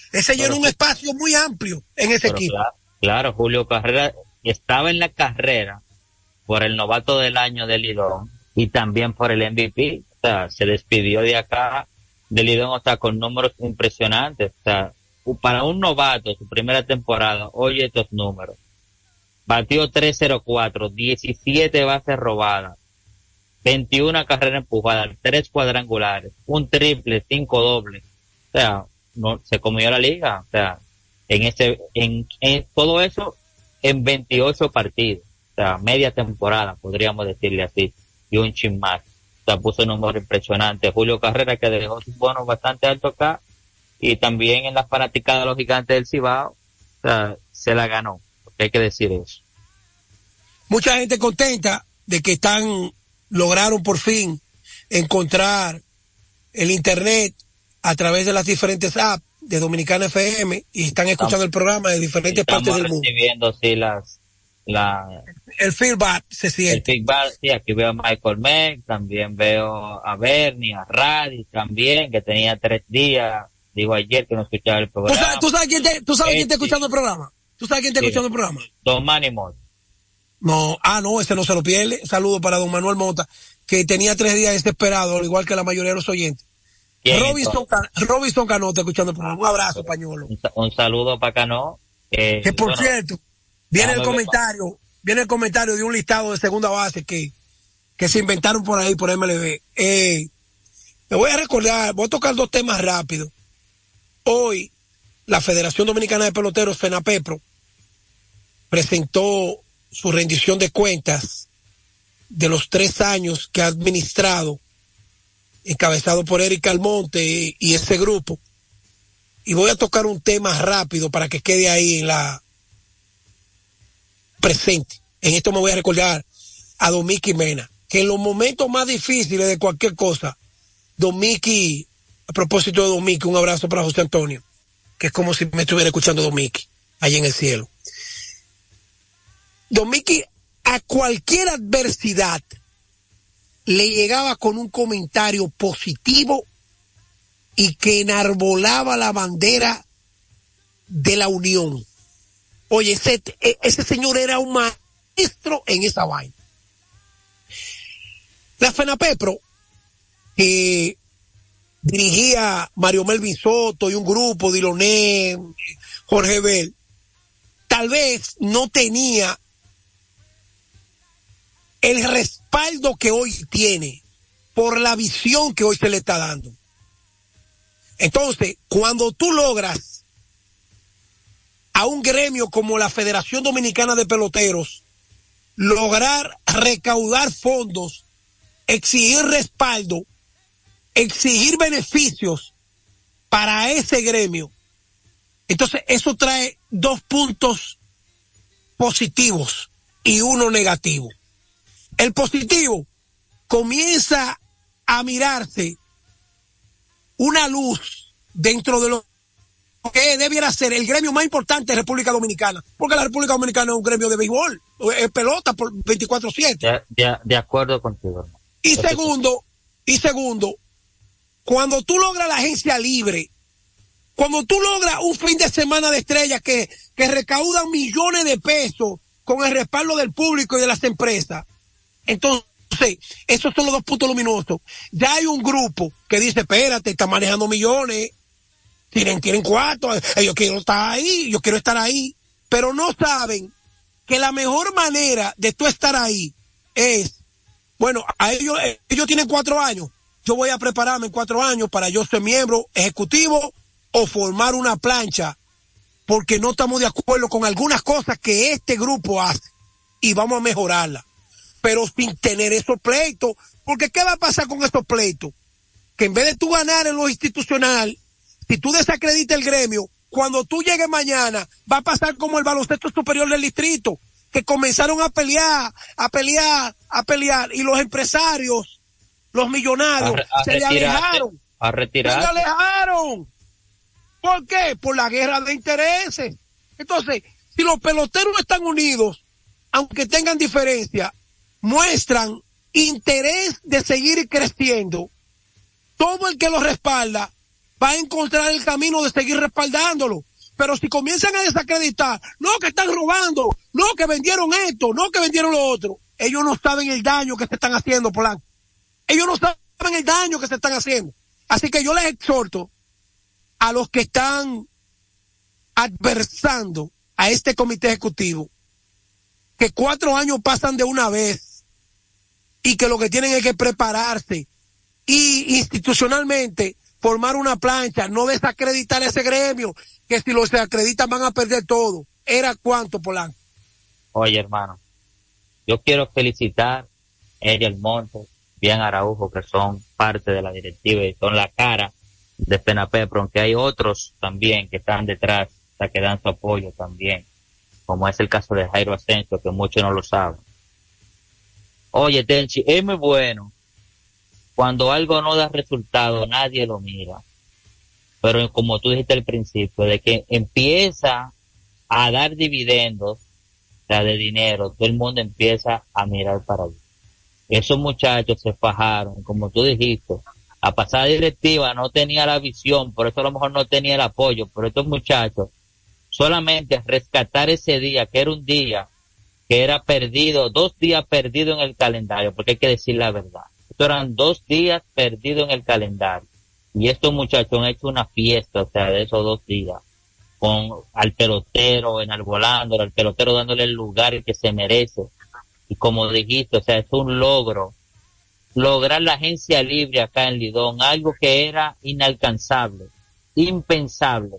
Ese Pero, llenó un espacio muy amplio en ese pero equipo. Claro, claro, Julio Carrera estaba en la carrera por el novato del año de Lidón y también por el M V P. O sea, se despidió de acá de Lidón, o sea, con números impresionantes. O sea, para un novato, su primera temporada, oye estos números. Batió tres cero cuatro, diecisiete bases robadas, veintiuna carreras empujadas, tres cuadrangulares, un triple, cinco dobles. O sea, no se comió la liga. O sea, en ese, en, en todo eso, en veintiocho partidos. O sea, media temporada, podríamos decirle así, y un chin más. O sea, puso un número impresionante. Julio Carrera, que dejó sus bonos bastante altos acá, y también en la fanaticada de los Gigantes del Cibao, o sea, se la ganó. Porque hay que decir eso. Mucha gente contenta de que están, lograron por fin encontrar el internet a través de las diferentes apps de Dominicana F M y están escuchando el programa de diferentes partes del mundo. Recibiendo, sí, las, la, el feedback se siente. El feedback, sí, aquí veo a Michael Meck, también veo a Bernie, a Radi también, que tenía tres días, digo ayer que no escuchaba el programa. ¿Tú sabes, tú sabes quién te, tú sabes eh, quién está sí. escuchando el programa? ¿Tú sabes quién está Sí. escuchando el programa? Don Manny Mota. No, ah, no, ese no se lo pierde. Saludo para don Manuel Mota, que tenía tres días desesperado, al igual que la mayoría de los oyentes. Robinson, Can, Robinson Cano está escuchando el programa. Un abrazo, pañuelo. Un, un saludo para Cano. Eh, que por bueno, cierto, viene el ver, comentario, viene el comentario de un listado de segunda base que, que se inventaron por ahí, por M L B. Eh, me voy a recordar, voy a tocar dos temas rápidos. Hoy, la Federación Dominicana de Peloteros, FENAPEPRO, presentó su rendición de cuentas de los tres años que ha administrado, encabezado por Eric Almonte y ese grupo. Y voy a tocar un tema rápido para que quede ahí en la presente. En esto me voy a recordar a Don Mickey Mena, que en los momentos más difíciles de cualquier cosa, Don Mickey, a propósito de Don Mickey, un abrazo para José Antonio, que es como si me estuviera escuchando Don Mickey, allá en el cielo. Don Mickey, a cualquier adversidad, le llegaba con un comentario positivo y que enarbolaba la bandera de la unión. Oye, ese, ese señor era un maestro en esa vaina. La FENAPEPRO, que dirigía Mario Melvin Soto y un grupo, Diloné, Jorge Bell, tal vez no tenía el respaldo que hoy tiene por la visión que hoy se le está dando. Entonces, cuando tú logras a un gremio como la Federación Dominicana de Peloteros lograr recaudar fondos, exigir respaldo, exigir beneficios para ese gremio, entonces eso trae dos puntos positivos y uno negativo. El positivo, comienza a mirarse una luz dentro de lo que debiera ser el gremio más importante de República Dominicana, porque la República Dominicana es un gremio de béisbol, es pelota por veinticuatro siete. De, de, de acuerdo contigo. Y Eso segundo, sí. y segundo, cuando tú logras la agencia libre, cuando tú logras un fin de semana de estrellas que, que recaudan millones de pesos con el respaldo del público y de las empresas, entonces, esos son los dos puntos luminosos. Ya hay un grupo que dice, espérate, está manejando millones, tienen, tienen cuatro, eh, yo quiero estar ahí, yo quiero estar ahí, pero no saben que la mejor manera de tú estar ahí es, bueno, a ellos, ellos tienen cuatro años, yo voy a prepararme en cuatro años para yo ser miembro ejecutivo o formar una plancha, porque no estamos de acuerdo con algunas cosas que este grupo hace y vamos a mejorarla. Pero sin tener esos pleitos, porque ¿qué va a pasar con estos pleitos? Que en vez de tú ganar en lo institucional, si tú desacreditas el gremio, cuando tú llegues mañana, va a pasar como el baloncesto superior del distrito, que comenzaron a pelear, a pelear, a pelear, y los empresarios, los millonarios, a re, a se le alejaron. A retirar. Se le alejaron. ¿Por qué? Por la guerra de intereses. Entonces, si los peloteros están unidos, aunque tengan diferencia, muestran interés de seguir creciendo, todo el que los respalda va a encontrar el camino de seguir respaldándolo. Pero si comienzan a desacreditar, no que están robando, no que vendieron esto, no que vendieron lo otro, ellos no saben el daño que se están haciendo, Polanco. Ellos no saben el daño que se están haciendo. Así que yo les exhorto a los que están adversando a este comité ejecutivo que cuatro años pasan de una vez y que lo que tienen es que prepararse y institucionalmente formar una plancha, no desacreditar ese gremio, que si lo desacreditan van a perder todo. ¿Era cuánto, Polanco? Oye, hermano, yo quiero felicitar a Ariel Montes, Bien Araujo, que son parte de la directiva y son la cara de Penapepro, aunque hay otros también que están detrás, o sea, que dan su apoyo también, como es el caso de Jairo Asensio, que muchos no lo saben. Oye, Tenchi, es muy bueno cuando algo no da resultado, nadie lo mira. Pero como tú dijiste al principio, de que empieza a dar dividendos, o sea, de dinero, todo el mundo empieza a mirar para allá. Esos muchachos se fajaron, como tú dijiste. La pasada directiva no tenía la visión, por eso a lo mejor no tenía el apoyo, pero estos muchachos, solamente rescatar ese día, que era un día que era perdido, dos días perdidos en el calendario, porque hay que decir la verdad. Estos eran dos días perdidos en el calendario. Y estos muchachos han hecho una fiesta, o sea, de esos dos días, con al pelotero enarbolándolo, al pelotero dándole el lugar que se merece. Y como dijiste, o sea, es un logro, lograr la agencia libre acá en Lidón, algo que era inalcanzable, impensable.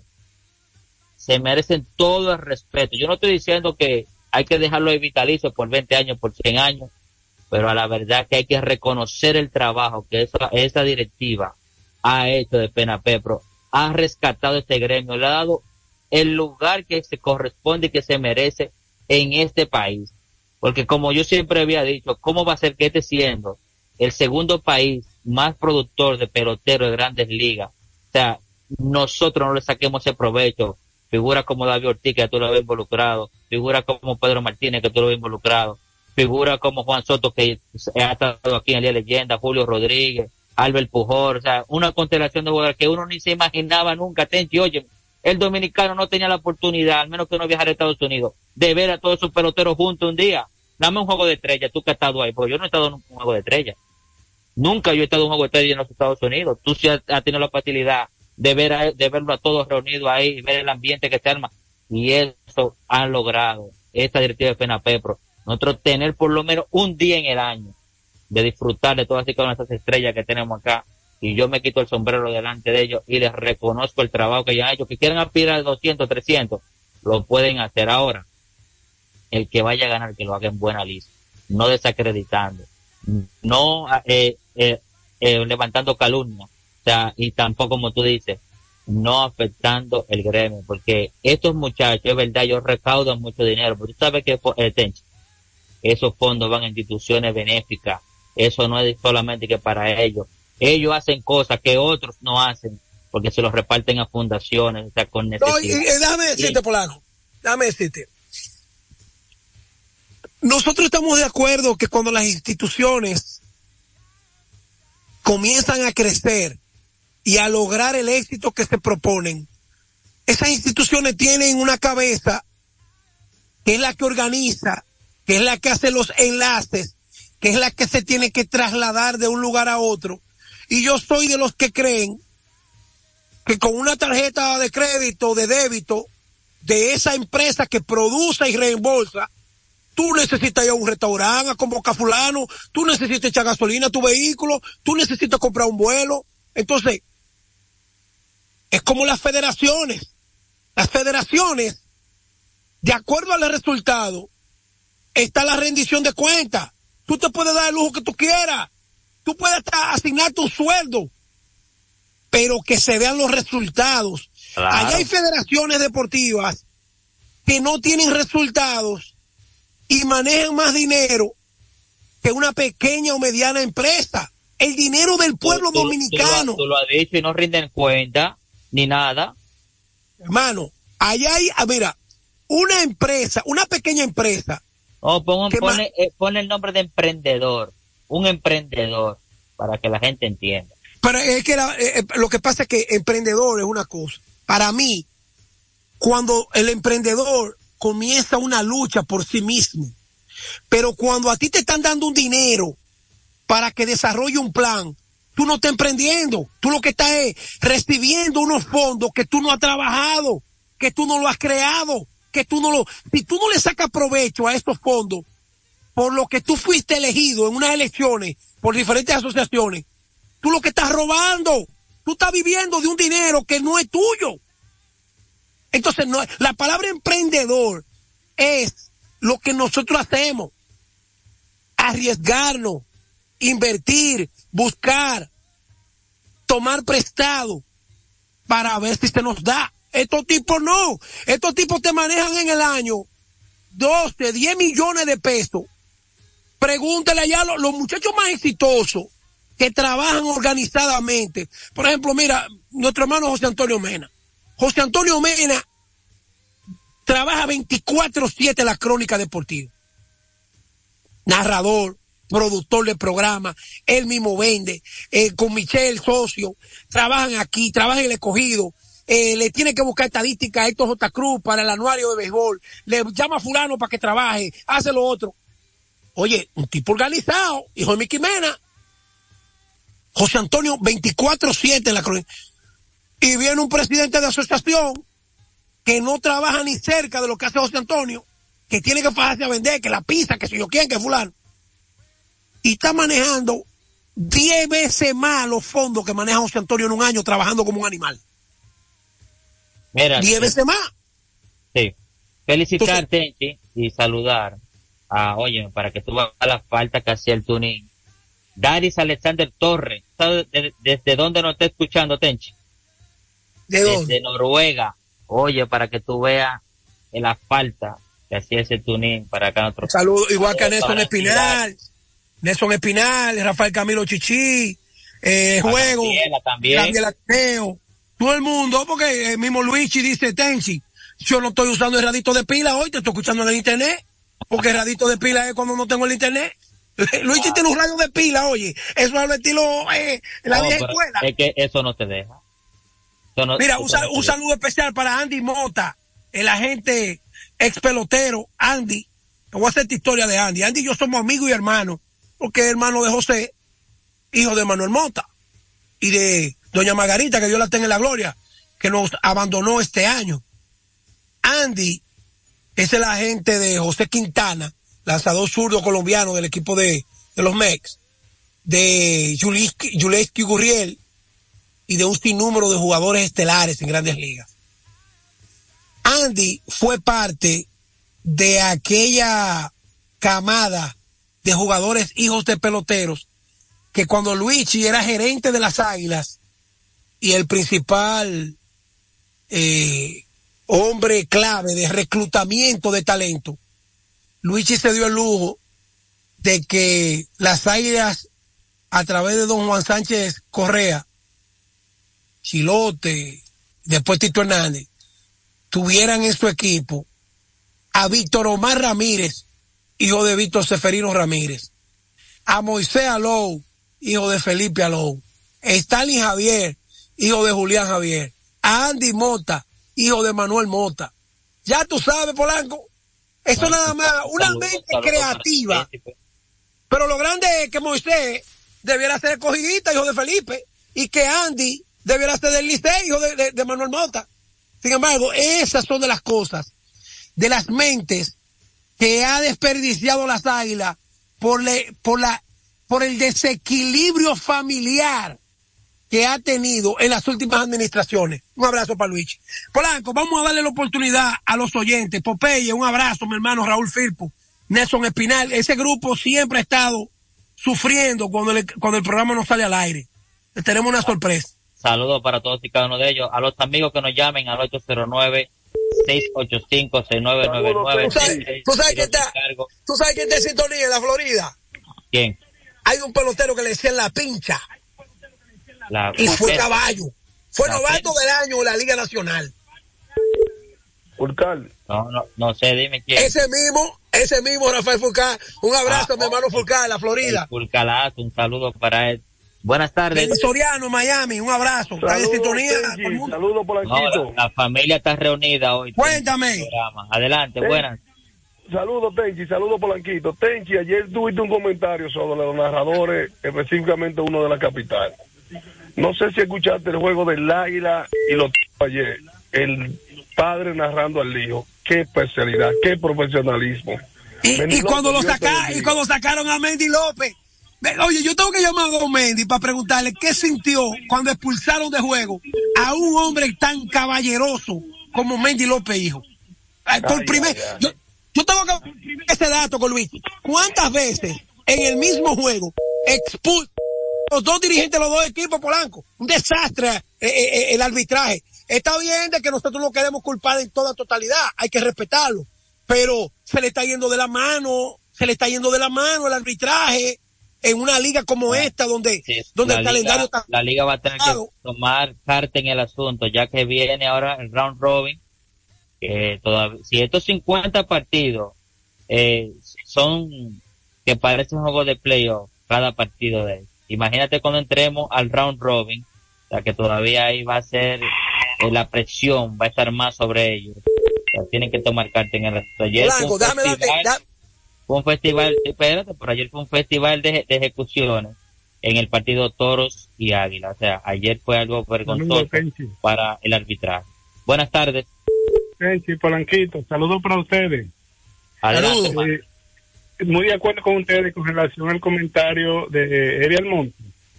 Se merecen todo el respeto. Yo no estoy diciendo que hay que dejarlo de vitalicio por veinte años, por cien años, pero a la verdad que hay que reconocer el trabajo que esa, esa directiva ha hecho de Penapepro, ha rescatado este gremio, le ha dado el lugar que se corresponde y que se merece en este país. Porque como yo siempre había dicho, ¿cómo va a ser que este siendo el segundo país más productor de peloteros de grandes ligas, o sea, nosotros no le saquemos ese provecho? Figuras como David Ortiz, que tú lo ves involucrado, figuras como Pedro Martínez, que tú lo ves involucrado, figuras como Juan Soto, que ha estado aquí en la leyenda, Julio Rodríguez, Albert Pujol, o sea, una constelación de jugadores que uno ni se imaginaba nunca. Tenchi, oye, el dominicano no tenía la oportunidad, al menos que no viajara a Estados Unidos, de ver a todos esos peloteros juntos un día. Dame un juego de estrella, tú que has estado ahí, porque yo no he estado en un juego de estrella. Nunca yo he estado en un juego de estrella en los Estados Unidos. Tú sí has, has tenido la facilidad de ver a, de verlo a todos reunidos ahí, ver el ambiente que se arma. Y eso han logrado esta directiva de Penapepro. Nosotros tener por lo menos un día en el año de disfrutar de todas y cada una de esas estrellas que tenemos acá. Y yo me quito el sombrero delante de ellos y les reconozco el trabajo que ya han hecho. Que quieran aspirar a doscientos, trescientos, lo pueden hacer ahora. El que vaya a ganar, que lo haga en buena lista, no desacreditando, no eh, eh, eh, levantando calumnia, o sea, y tampoco, como tú dices, no afectando el gremio, porque estos muchachos, es verdad, ellos recaudan mucho dinero, pero tú sabes que eh, Tenchi, esos fondos van a instituciones benéficas, eso no es solamente que para ellos, ellos hacen cosas que otros no hacen, porque se los reparten a fundaciones, o sea, con necesidad. No, y, y, déjame decirte, y, Polanco, déjame decirte, nosotros estamos de acuerdo que cuando las instituciones comienzan a crecer y a lograr el éxito que se proponen, esas instituciones tienen una cabeza que es la que organiza, que es la que hace los enlaces, que es la que se tiene que trasladar de un lugar a otro. Y yo soy de los que creen que con una tarjeta de crédito, de débito, de esa empresa que produce y reembolsa, tú necesitas ir a un restaurante a convocar a fulano, tú necesitas echar gasolina a tu vehículo, tú necesitas comprar un vuelo. Entonces, es como las federaciones. Las federaciones, de acuerdo al resultado, está la rendición de cuentas. Tú te puedes dar el lujo que tú quieras. Tú puedes hasta asignarte un sueldo, pero que se vean los resultados. Claro. Allá hay federaciones deportivas que no tienen resultados y manejan más dinero que una pequeña o mediana empresa. El dinero del pueblo tú, dominicano. Tú, tú, lo, tú lo has dicho y no rinden cuenta ni nada. Hermano, allá hay, mira, una empresa, una pequeña empresa. No, pon, pone, eh, pone el nombre de emprendedor, un emprendedor, para que la gente entienda. Pero es que la, eh, lo que pasa es que emprendedor es una cosa. Para mí, cuando el emprendedor comienza una lucha por sí mismo, pero cuando a ti te están dando un dinero para que desarrolle un plan, tú no estás emprendiendo, tú lo que estás es recibiendo unos fondos que tú no has trabajado, que tú no lo has creado, que tú no lo, si tú no le sacas provecho a estos fondos, por lo que tú fuiste elegido en unas elecciones, por diferentes asociaciones, tú lo que estás robando, tú estás viviendo de un dinero que no es tuyo. Entonces, no, la palabra emprendedor es lo que nosotros hacemos, arriesgarnos, invertir, buscar, tomar prestado para ver si se nos da. Estos tipos no, estos tipos te manejan en el año doce, diez millones de pesos. Pregúntale allá a los, los muchachos más exitosos que trabajan organizadamente. Por ejemplo, mira, nuestro hermano José Antonio Mena. José Antonio Mena trabaja veinticuatro siete en la crónica deportiva. Narrador, productor de programa, él mismo vende, eh, con Michelle, socio, trabajan aquí, trabajan en el Escogido, eh, le tiene que buscar estadística a Héctor J. Cruz para el anuario de béisbol, le llama a fulano para que trabaje, hace lo otro. Oye, un tipo organizado, hijo de Mickey Mena. José Antonio veinticuatro siete en la crónica. Y viene un presidente de asociación que no trabaja ni cerca de lo que hace José Antonio, que tiene que fajarse a vender, que la pizza, que si yo quién, que fulano. Y está manejando diez veces más los fondos que maneja José Antonio en un año trabajando como un animal. Mira, diez veces más. Sí. Felicitarte Entonces, y saludar a, oye, para que tú veas la falta que hacía el tuning. Daris Alexander Torres, ¿sabes desde, desde dónde nos está escuchando, Tenchi? ¿De dónde? Desde Noruega. Oye, para que tú veas la falta que hacía ese tuning para acá nosotros. Saludos, igual que a Nelson Espinal, Nelson Espinal, Rafael Camilo Chichi, eh, Juego, Gabriela también. Gabriela Teo, todo el mundo, porque el mismo Luigi dice, Tenchi, yo no estoy usando el radito de pila hoy, te estoy escuchando en el internet, porque el radito de pila es cuando no tengo el internet. Luigi tiene un radio de pila, oye, eso es al estilo eh, la no, vieja escuela. Es que eso no te deja. No, Mira, un, sal, un saludo especial para Andy Mota, el agente ex pelotero, Andy. Te voy a hacer esta historia de Andy. Andy y yo somos amigos y hermanos, porque es hermano de José, hijo de Manuel Mota, y de doña Margarita, que Dios la tenga en la gloria, que nos abandonó este año. Andy es el agente de José Quintana, lanzador zurdo colombiano del equipo de, de los Mex, de Yulieski Gurriel y de un sinnúmero de jugadores estelares en Grandes Ligas. Andy fue parte de aquella camada de jugadores hijos de peloteros que cuando Luigi era gerente de las Águilas y el principal eh, hombre clave de reclutamiento de talento, Luigi se dio el lujo de que las Águilas, a través de don Juan Sánchez Correa, Chilote, después Tito Hernández, tuvieran en su equipo a Víctor Omar Ramírez, hijo de Víctor Seferino Ramírez, a Moisés Alou, hijo de Felipe Alou, a Stalin Javier, hijo de Julián Javier, a Andy Mota, hijo de Manuel Mota. Ya tú sabes, Polanco, eso bueno, nada más, una saludo, mente saludo creativa. Pero lo grande es que Moisés debiera ser escogidita, hijo de Felipe, y que Andy debiera ser del Licey, hijo de, de, de Manuel Mota. Sin embargo, esas son de las cosas, de las mentes que ha desperdiciado las Águilas por, le, por, la, por el desequilibrio familiar que ha tenido en las últimas administraciones. Un abrazo para Luigi. Polanco, vamos a darle la oportunidad a los oyentes. Popeye, un abrazo, mi hermano Raúl Firpo, Nelson Espinal. Ese grupo siempre ha estado sufriendo cuando, le, cuando el programa no sale al aire. Les tenemos una sorpresa. Saludos para todos y cada uno de ellos. A los amigos que nos llamen al ocho cero nueve, seis ocho cinco, seis nueve nueve nueve. ¿Tú sabes, ¿tú sabes quién está, ¿tú sabes quién está en sintonía en la Florida? ¿Quién? Hay un pelotero que le decían La Pincha. La, y fue la, caballo. Fue la, novato del año en la Liga Nacional. Furcal. No, no, no sé, dime quién. Ese mismo, ese mismo Rafael Furcal. Un abrazo ah, a mi hermano Furcal en la Florida. Furcalazo, un saludo para él. Buenas tardes. Benny Soriano, Miami, un abrazo. ¿Está en sintonía? Saludos, Polanquito. No, la, la familia está reunida hoy. Cuéntame. Adelante, Ten- buenas. Saludos, Tenchi, saludos, Polanquito. Tenchi, ayer tuviste un comentario sobre los narradores, específicamente uno de la capital. No sé si escuchaste el juego del Águila y los ayer. El padre narrando al hijo. Qué especialidad, qué profesionalismo. Y, y cuando lo saca, y cuando sacaron a Mendy López, ve, oye, yo tengo que llamar a Don Mendy para preguntarle qué sintió cuando expulsaron de juego a un hombre tan caballeroso como Mendy López, hijo. Ay, por Ay, primer, ay, ay. Yo, yo tengo que ese dato con Luis. ¿Cuántas veces en el mismo juego expulsan los dos dirigentes de los dos equipos, Polanco? Un desastre eh, eh, el arbitraje. Está bien de que nosotros no queremos culpar en toda totalidad, hay que respetarlo, pero se le está yendo de la mano, se le está yendo de la mano el arbitraje en una liga como Ah, esta donde, sí, donde la el calendario liga, está... la liga va a tener que tomar carta en el asunto, ya que viene ahora el round robin, que todavía, si estos cincuenta partidos eh, son que parece un juego de playoff, cada partido de ellos. Imagínate cuando entremos al round robin, o sea que todavía ahí va a ser eh, la presión, va a estar más sobre ellos. O sea, tienen que tomar carta en el asunto. Ayer fue Blanco, un déjame darte, festival- da- fue un festival, espérate, pero ayer fue un festival de, de ejecuciones en el partido Toros y Águila. O sea, ayer fue algo vergonzoso Saludos, Tenchi. para el arbitraje. Buenas tardes. Tenchi, Polanquito, saludos para ustedes. Adelante, man. Eh, muy de acuerdo con ustedes con relación al comentario de Eri Almonte,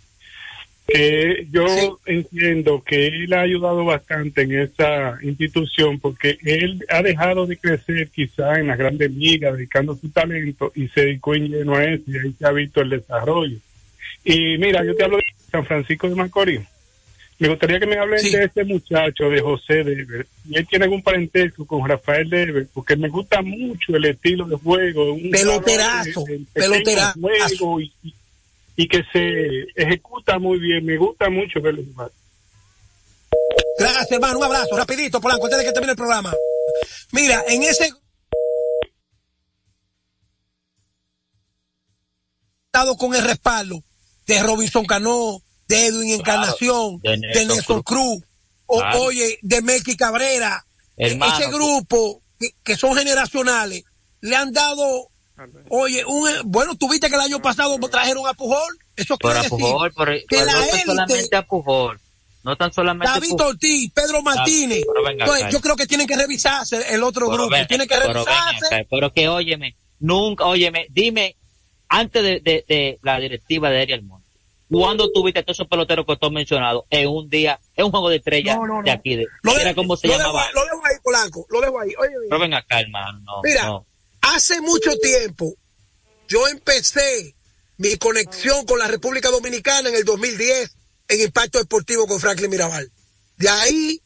que yo entiendo que él ha ayudado bastante en esa institución porque él ha dejado de crecer quizá en las grandes ligas dedicando su talento y se dedicó en lleno a eso y ahí se ha visto el desarrollo. Y mira, yo te hablo de San Francisco de Macorís. Me gustaría que me hablen Sí. de este muchacho, de José Dever. Y él tiene algún parentesco con Rafael Dever, porque me gusta mucho el estilo de juego. Un Peloterazo, jugador de- de pequeño peloterazo. juego y, y, y que se ejecuta muy bien. Me gusta mucho verlo jugar. Gracias, hermano. Un abrazo. Rapidito, Polanco, antes de que termine el programa. Mira, en ese... estado con el respaldo de Robinson Cano, de Edwin Encarnación, de de Nelson Nelson Cruz, o, Claro. oye, de Melky Cabrera. Hermano, Ese grupo que, que son generacionales le han dado, oye, un, bueno, tuviste que el año pasado trajeron a Pujol. Eso Por quiere a decir Pujol, por, que por- la no tan élite, solamente a Pujol, no tan solamente David Pujol. Ortiz, Pedro Martínez. pero venga Entonces, acá. yo creo que tienen que revisarse el otro Pero grupo. ven- Tienen que pero ven revisarse. acá, pero que óyeme, nunca, óyeme, dime, antes de, de, de la directiva de Ariel Monte, ¿cuándo tuviste a todos esos peloteros que tú has mencionado en un día, en un juego de estrellas No, no, no. de aquí? De, Lo, era de- como se lo dejo llamaba. ahí, lo dejo ahí, Polanco. Lo dejo ahí. Oye, Pero ven acá, hermano, no, mira, no. hace mucho tiempo yo empecé mi conexión con la República Dominicana en el dos mil diez en Impacto Deportivo con Franklin Mirabal. De ahí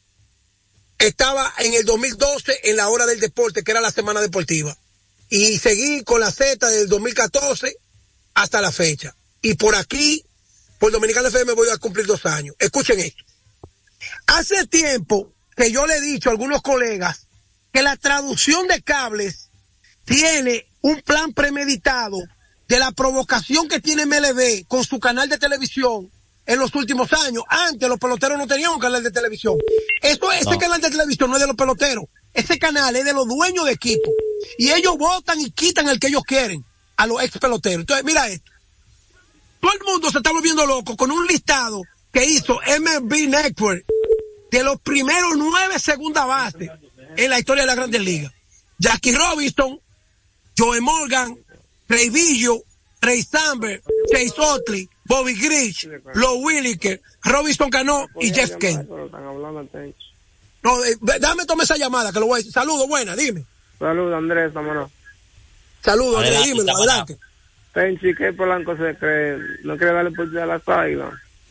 estaba en el dos mil doce en la Hora del Deporte, que era la Semana Deportiva. Y seguí con la Z del dos mil catorce hasta la fecha. Y por aquí, por Dominicana F M, voy a cumplir dos años. Escuchen esto. Hace tiempo que yo le he dicho a algunos colegas que la traducción de cables tiene un plan premeditado de la provocación que tiene M L B con su canal de televisión en los últimos años. Antes los peloteros no tenían un canal de televisión. Esto, ese No. canal de televisión no es de los peloteros. Ese canal es de los dueños de equipo. Y ellos votan y quitan el que ellos quieren a los ex peloteros. Entonces, mira esto. Todo el mundo se está volviendo loco con un listado que hizo M L B Network de los primeros nueve segunda base en la historia de las Grandes Ligas. Jackie Robinson, Joe Morgan, Ray Villo, Ray Samberg, Chase Utley, Bobby Grich, Low Williker, Robinson Cano y Jeff Kent. No, eh, dame tomar esa llamada que lo voy a decir. Saludos, buena, dime. Saludos, Andrés, vámonos. Saludos, Andrés, Adelante, dímelo, Tamara. adelante. Tenchi, ¿qué Polanco se cree? ¿No quiere darle oportunidad a las águilas?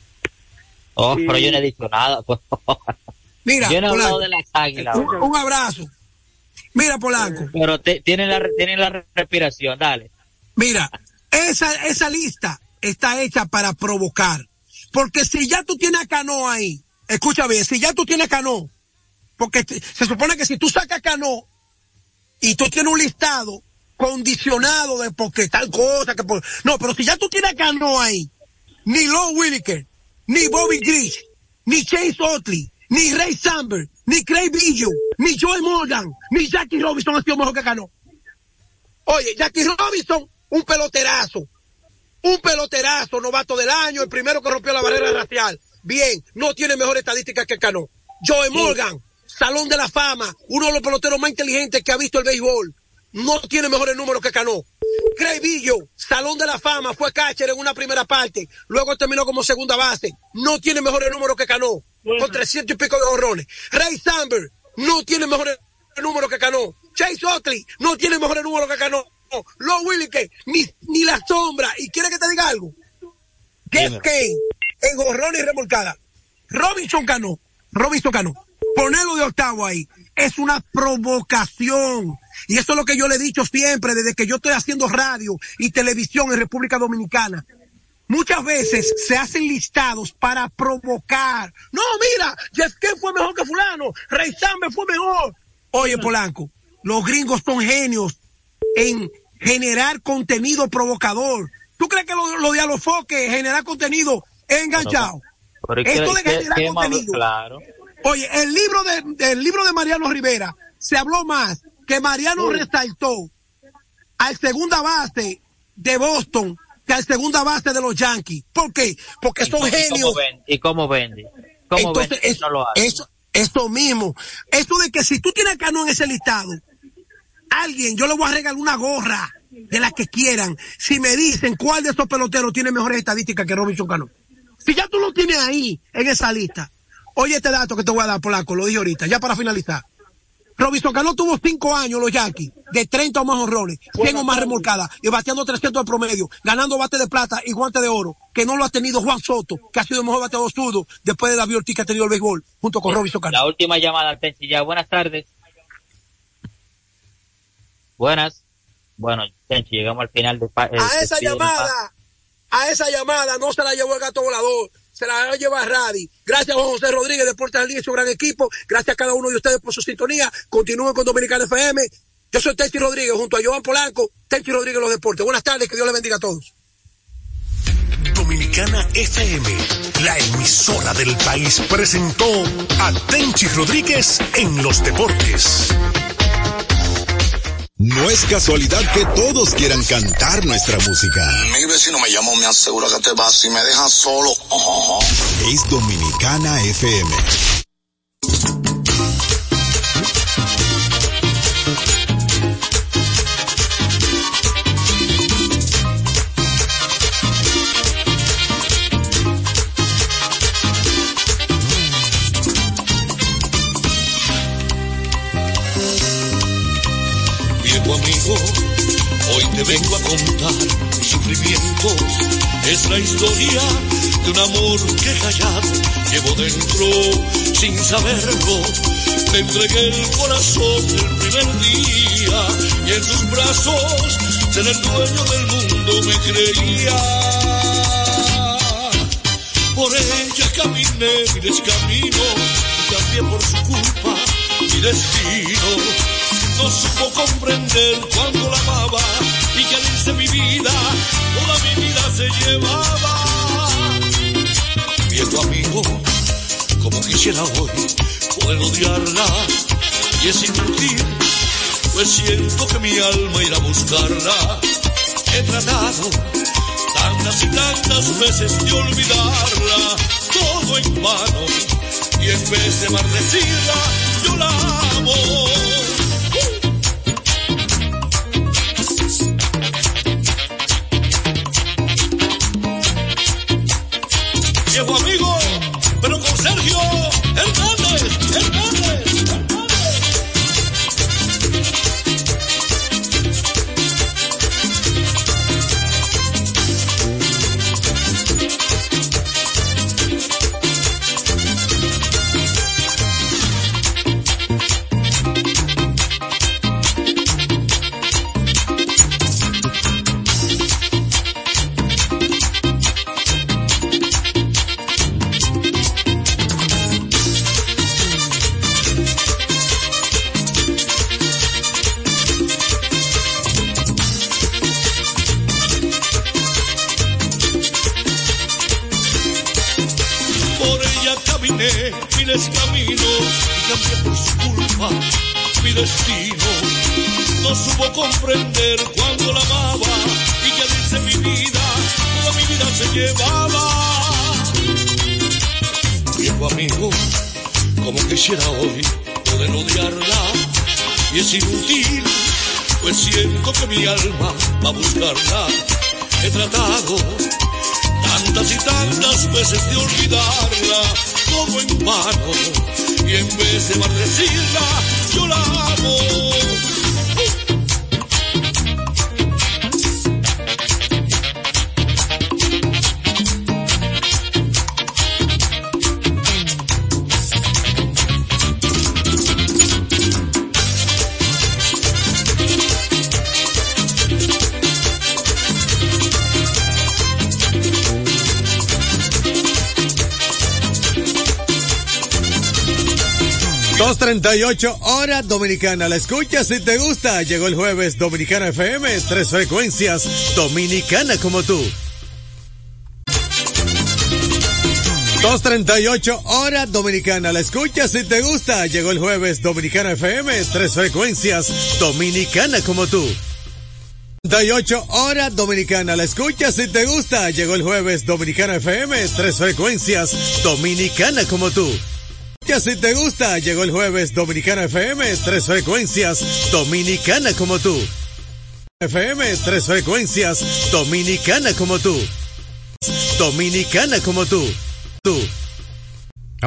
Oh, Y- pero yo no he dicho nada. Pues. Mira, yo no he hablado Polanco, de las águilas. un, un abrazo. Mira, Polanco. Pero te, tienen la, tienen la respiración, dale. Mira, esa, esa lista está hecha para provocar. Porque si ya tú tienes a Cano ahí, escucha bien, si ya tú tienes Cano, porque te- se supone que si tú sacas Cano y tú tienes un listado condicionado de porque tal cosa, que por, no, pero si ya tú tienes a Cano ahí ni Lou Williker, ni Bobby Grish, ni Chase Utley, ni Ray Samberg, ni Craig Biggio, ni Joey Morgan, ni Jackie Robinson ha sido mejor que Cano. Oye, Jackie Robinson, un peloterazo. Un peloterazo, novato del año, el primero que rompió la barrera racial. Bien, no tiene mejor estadística que Cano. Joey Morgan, Salón de la Fama, uno de los peloteros más inteligentes que ha visto el béisbol. No tiene mejores números que Cano. Craig Biggio, Salón de la Fama, fue catcher en una primera parte, luego terminó como segunda base. No tiene mejores números que Cano, bueno, con trescientos y pico de honrones. Ray Samberg no tiene mejores números que Cano. Chase Utley no tiene mejores números que Cano. Lou Williker, ni, ni la sombra. ¿Y quiere que te diga algo? Jeff Kane, en jonrón y remolcada. Robinson Cano, Robinson Cano, ponerlo de octavo ahí es una provocación. Y eso es lo que yo le he dicho siempre desde que yo estoy haciendo radio y televisión en República Dominicana. Muchas veces se hacen listados para provocar. No, mira, Jeff Kane fue mejor que fulano, Ray Samberg fue mejor. Oye, Polanco, los gringos son genios en generar contenido provocador. ¿Tú crees que lo, lo de Alofoque, generar contenido enganchado? Pero, pero Esto de ¿qué, generar qué contenido. Más, claro. Oye, el libro de, el libro de Mariano Rivera se habló más que Mariano sí. resaltó al segunda base de Boston que al segunda base de los Yankees. ¿Por qué? Porque son ¿Y genios. Cómo vende? ¿Y cómo vende? ¿Cómo Entonces, vende? Eso, no lo hace. eso, eso mismo. Eso de que si tú tienes a Cano en ese listado, alguien, yo le voy a regalar una gorra de las que quieran si me dicen cuál de esos peloteros tiene mejores estadísticas que Robinson Cano. Si ya tú lo tienes ahí en esa lista, oye este dato que te voy a dar, Polaco, lo dije ahorita, ya para finalizar. Robinson Cano tuvo cinco años los Yankees, de treinta o más honrones, cien o más remolcadas, y bateando trescientos de promedio, ganando bate de plata y guante de oro, que no lo ha tenido Juan Soto, que ha sido el mejor bateador zurdo después de David Ortiz que ha tenido el béisbol, junto con Robinson Cano. La última llamada, Tenchi, ya, buenas tardes. Buenas. Bueno, Tenchi, llegamos al final de... Eh, a esa llamada, a esa llamada no se la llevó el gato volador, se la va a llevar Radi. Gracias a Juan José Rodríguez, Deportes al Día y su gran equipo. Gracias a cada uno de ustedes por su sintonía. Continúen con Dominicana F M. Yo soy Tenchi Rodríguez, junto a Joan Polanco, Tenchi Rodríguez Los Deportes. Buenas tardes, que Dios les bendiga a todos. Dominicana F M, la emisora del país, presentó a Tenchi Rodríguez en Los Deportes. No es casualidad que todos quieran cantar nuestra música. Mi vecino me llamó, me asegura que te vas y me dejas solo. Oh. Es Dominicana F M. Amigo, hoy te vengo a contar mis sufrimientos. Es la historia de un amor que callado llevo dentro sin saberlo. Te entregué el corazón el primer día y en tus brazos ser el dueño del mundo me creía. Por ella caminé mi descamino y cambié por su culpa mi destino. No supo comprender cuando la amaba y que al irse mi vida, toda mi vida se llevaba. Viejo amigo, como quisiera hoy poder odiarla, y es inútil, pues siento que mi alma irá a buscarla. He tratado tantas y tantas veces de olvidarla, todo en vano, y en vez de maldecirla, yo la amo. Viejo amigo, pero con Sergio Hernández, Hernández, ella caminé miles caminos y cambié por su culpa mi destino. No supo comprender cuando la amaba y ya dice mi vida, toda mi vida se llevaba. Viejo amigo, como quisiera hoy poder odiarla, y es inútil, pues siento que mi alma va a buscarla. He tratado tantas y tantas veces de olvidarla, todo en vano, y en vez de maldecirla, yo la amo. dos treinta y ocho horas dominicana. La escuchas si te gusta. Llegó el jueves Dominicana F M, tres frecuencias, dominicana como tú. dos treinta y ocho horas dominicana. La escuchas si te gusta. Llegó el jueves Dominicana F M, tres frecuencias, dominicana como tú. treinta y ocho horas dominicana. La escuchas si te gusta. Llegó el jueves Dominicana F M, tres frecuencias, dominicana como tú. Si te gusta, llegó el jueves Dominicana F M, tres frecuencias, dominicana como tú. F M, tres frecuencias, dominicana como tú. Dominicana como tú. Tú.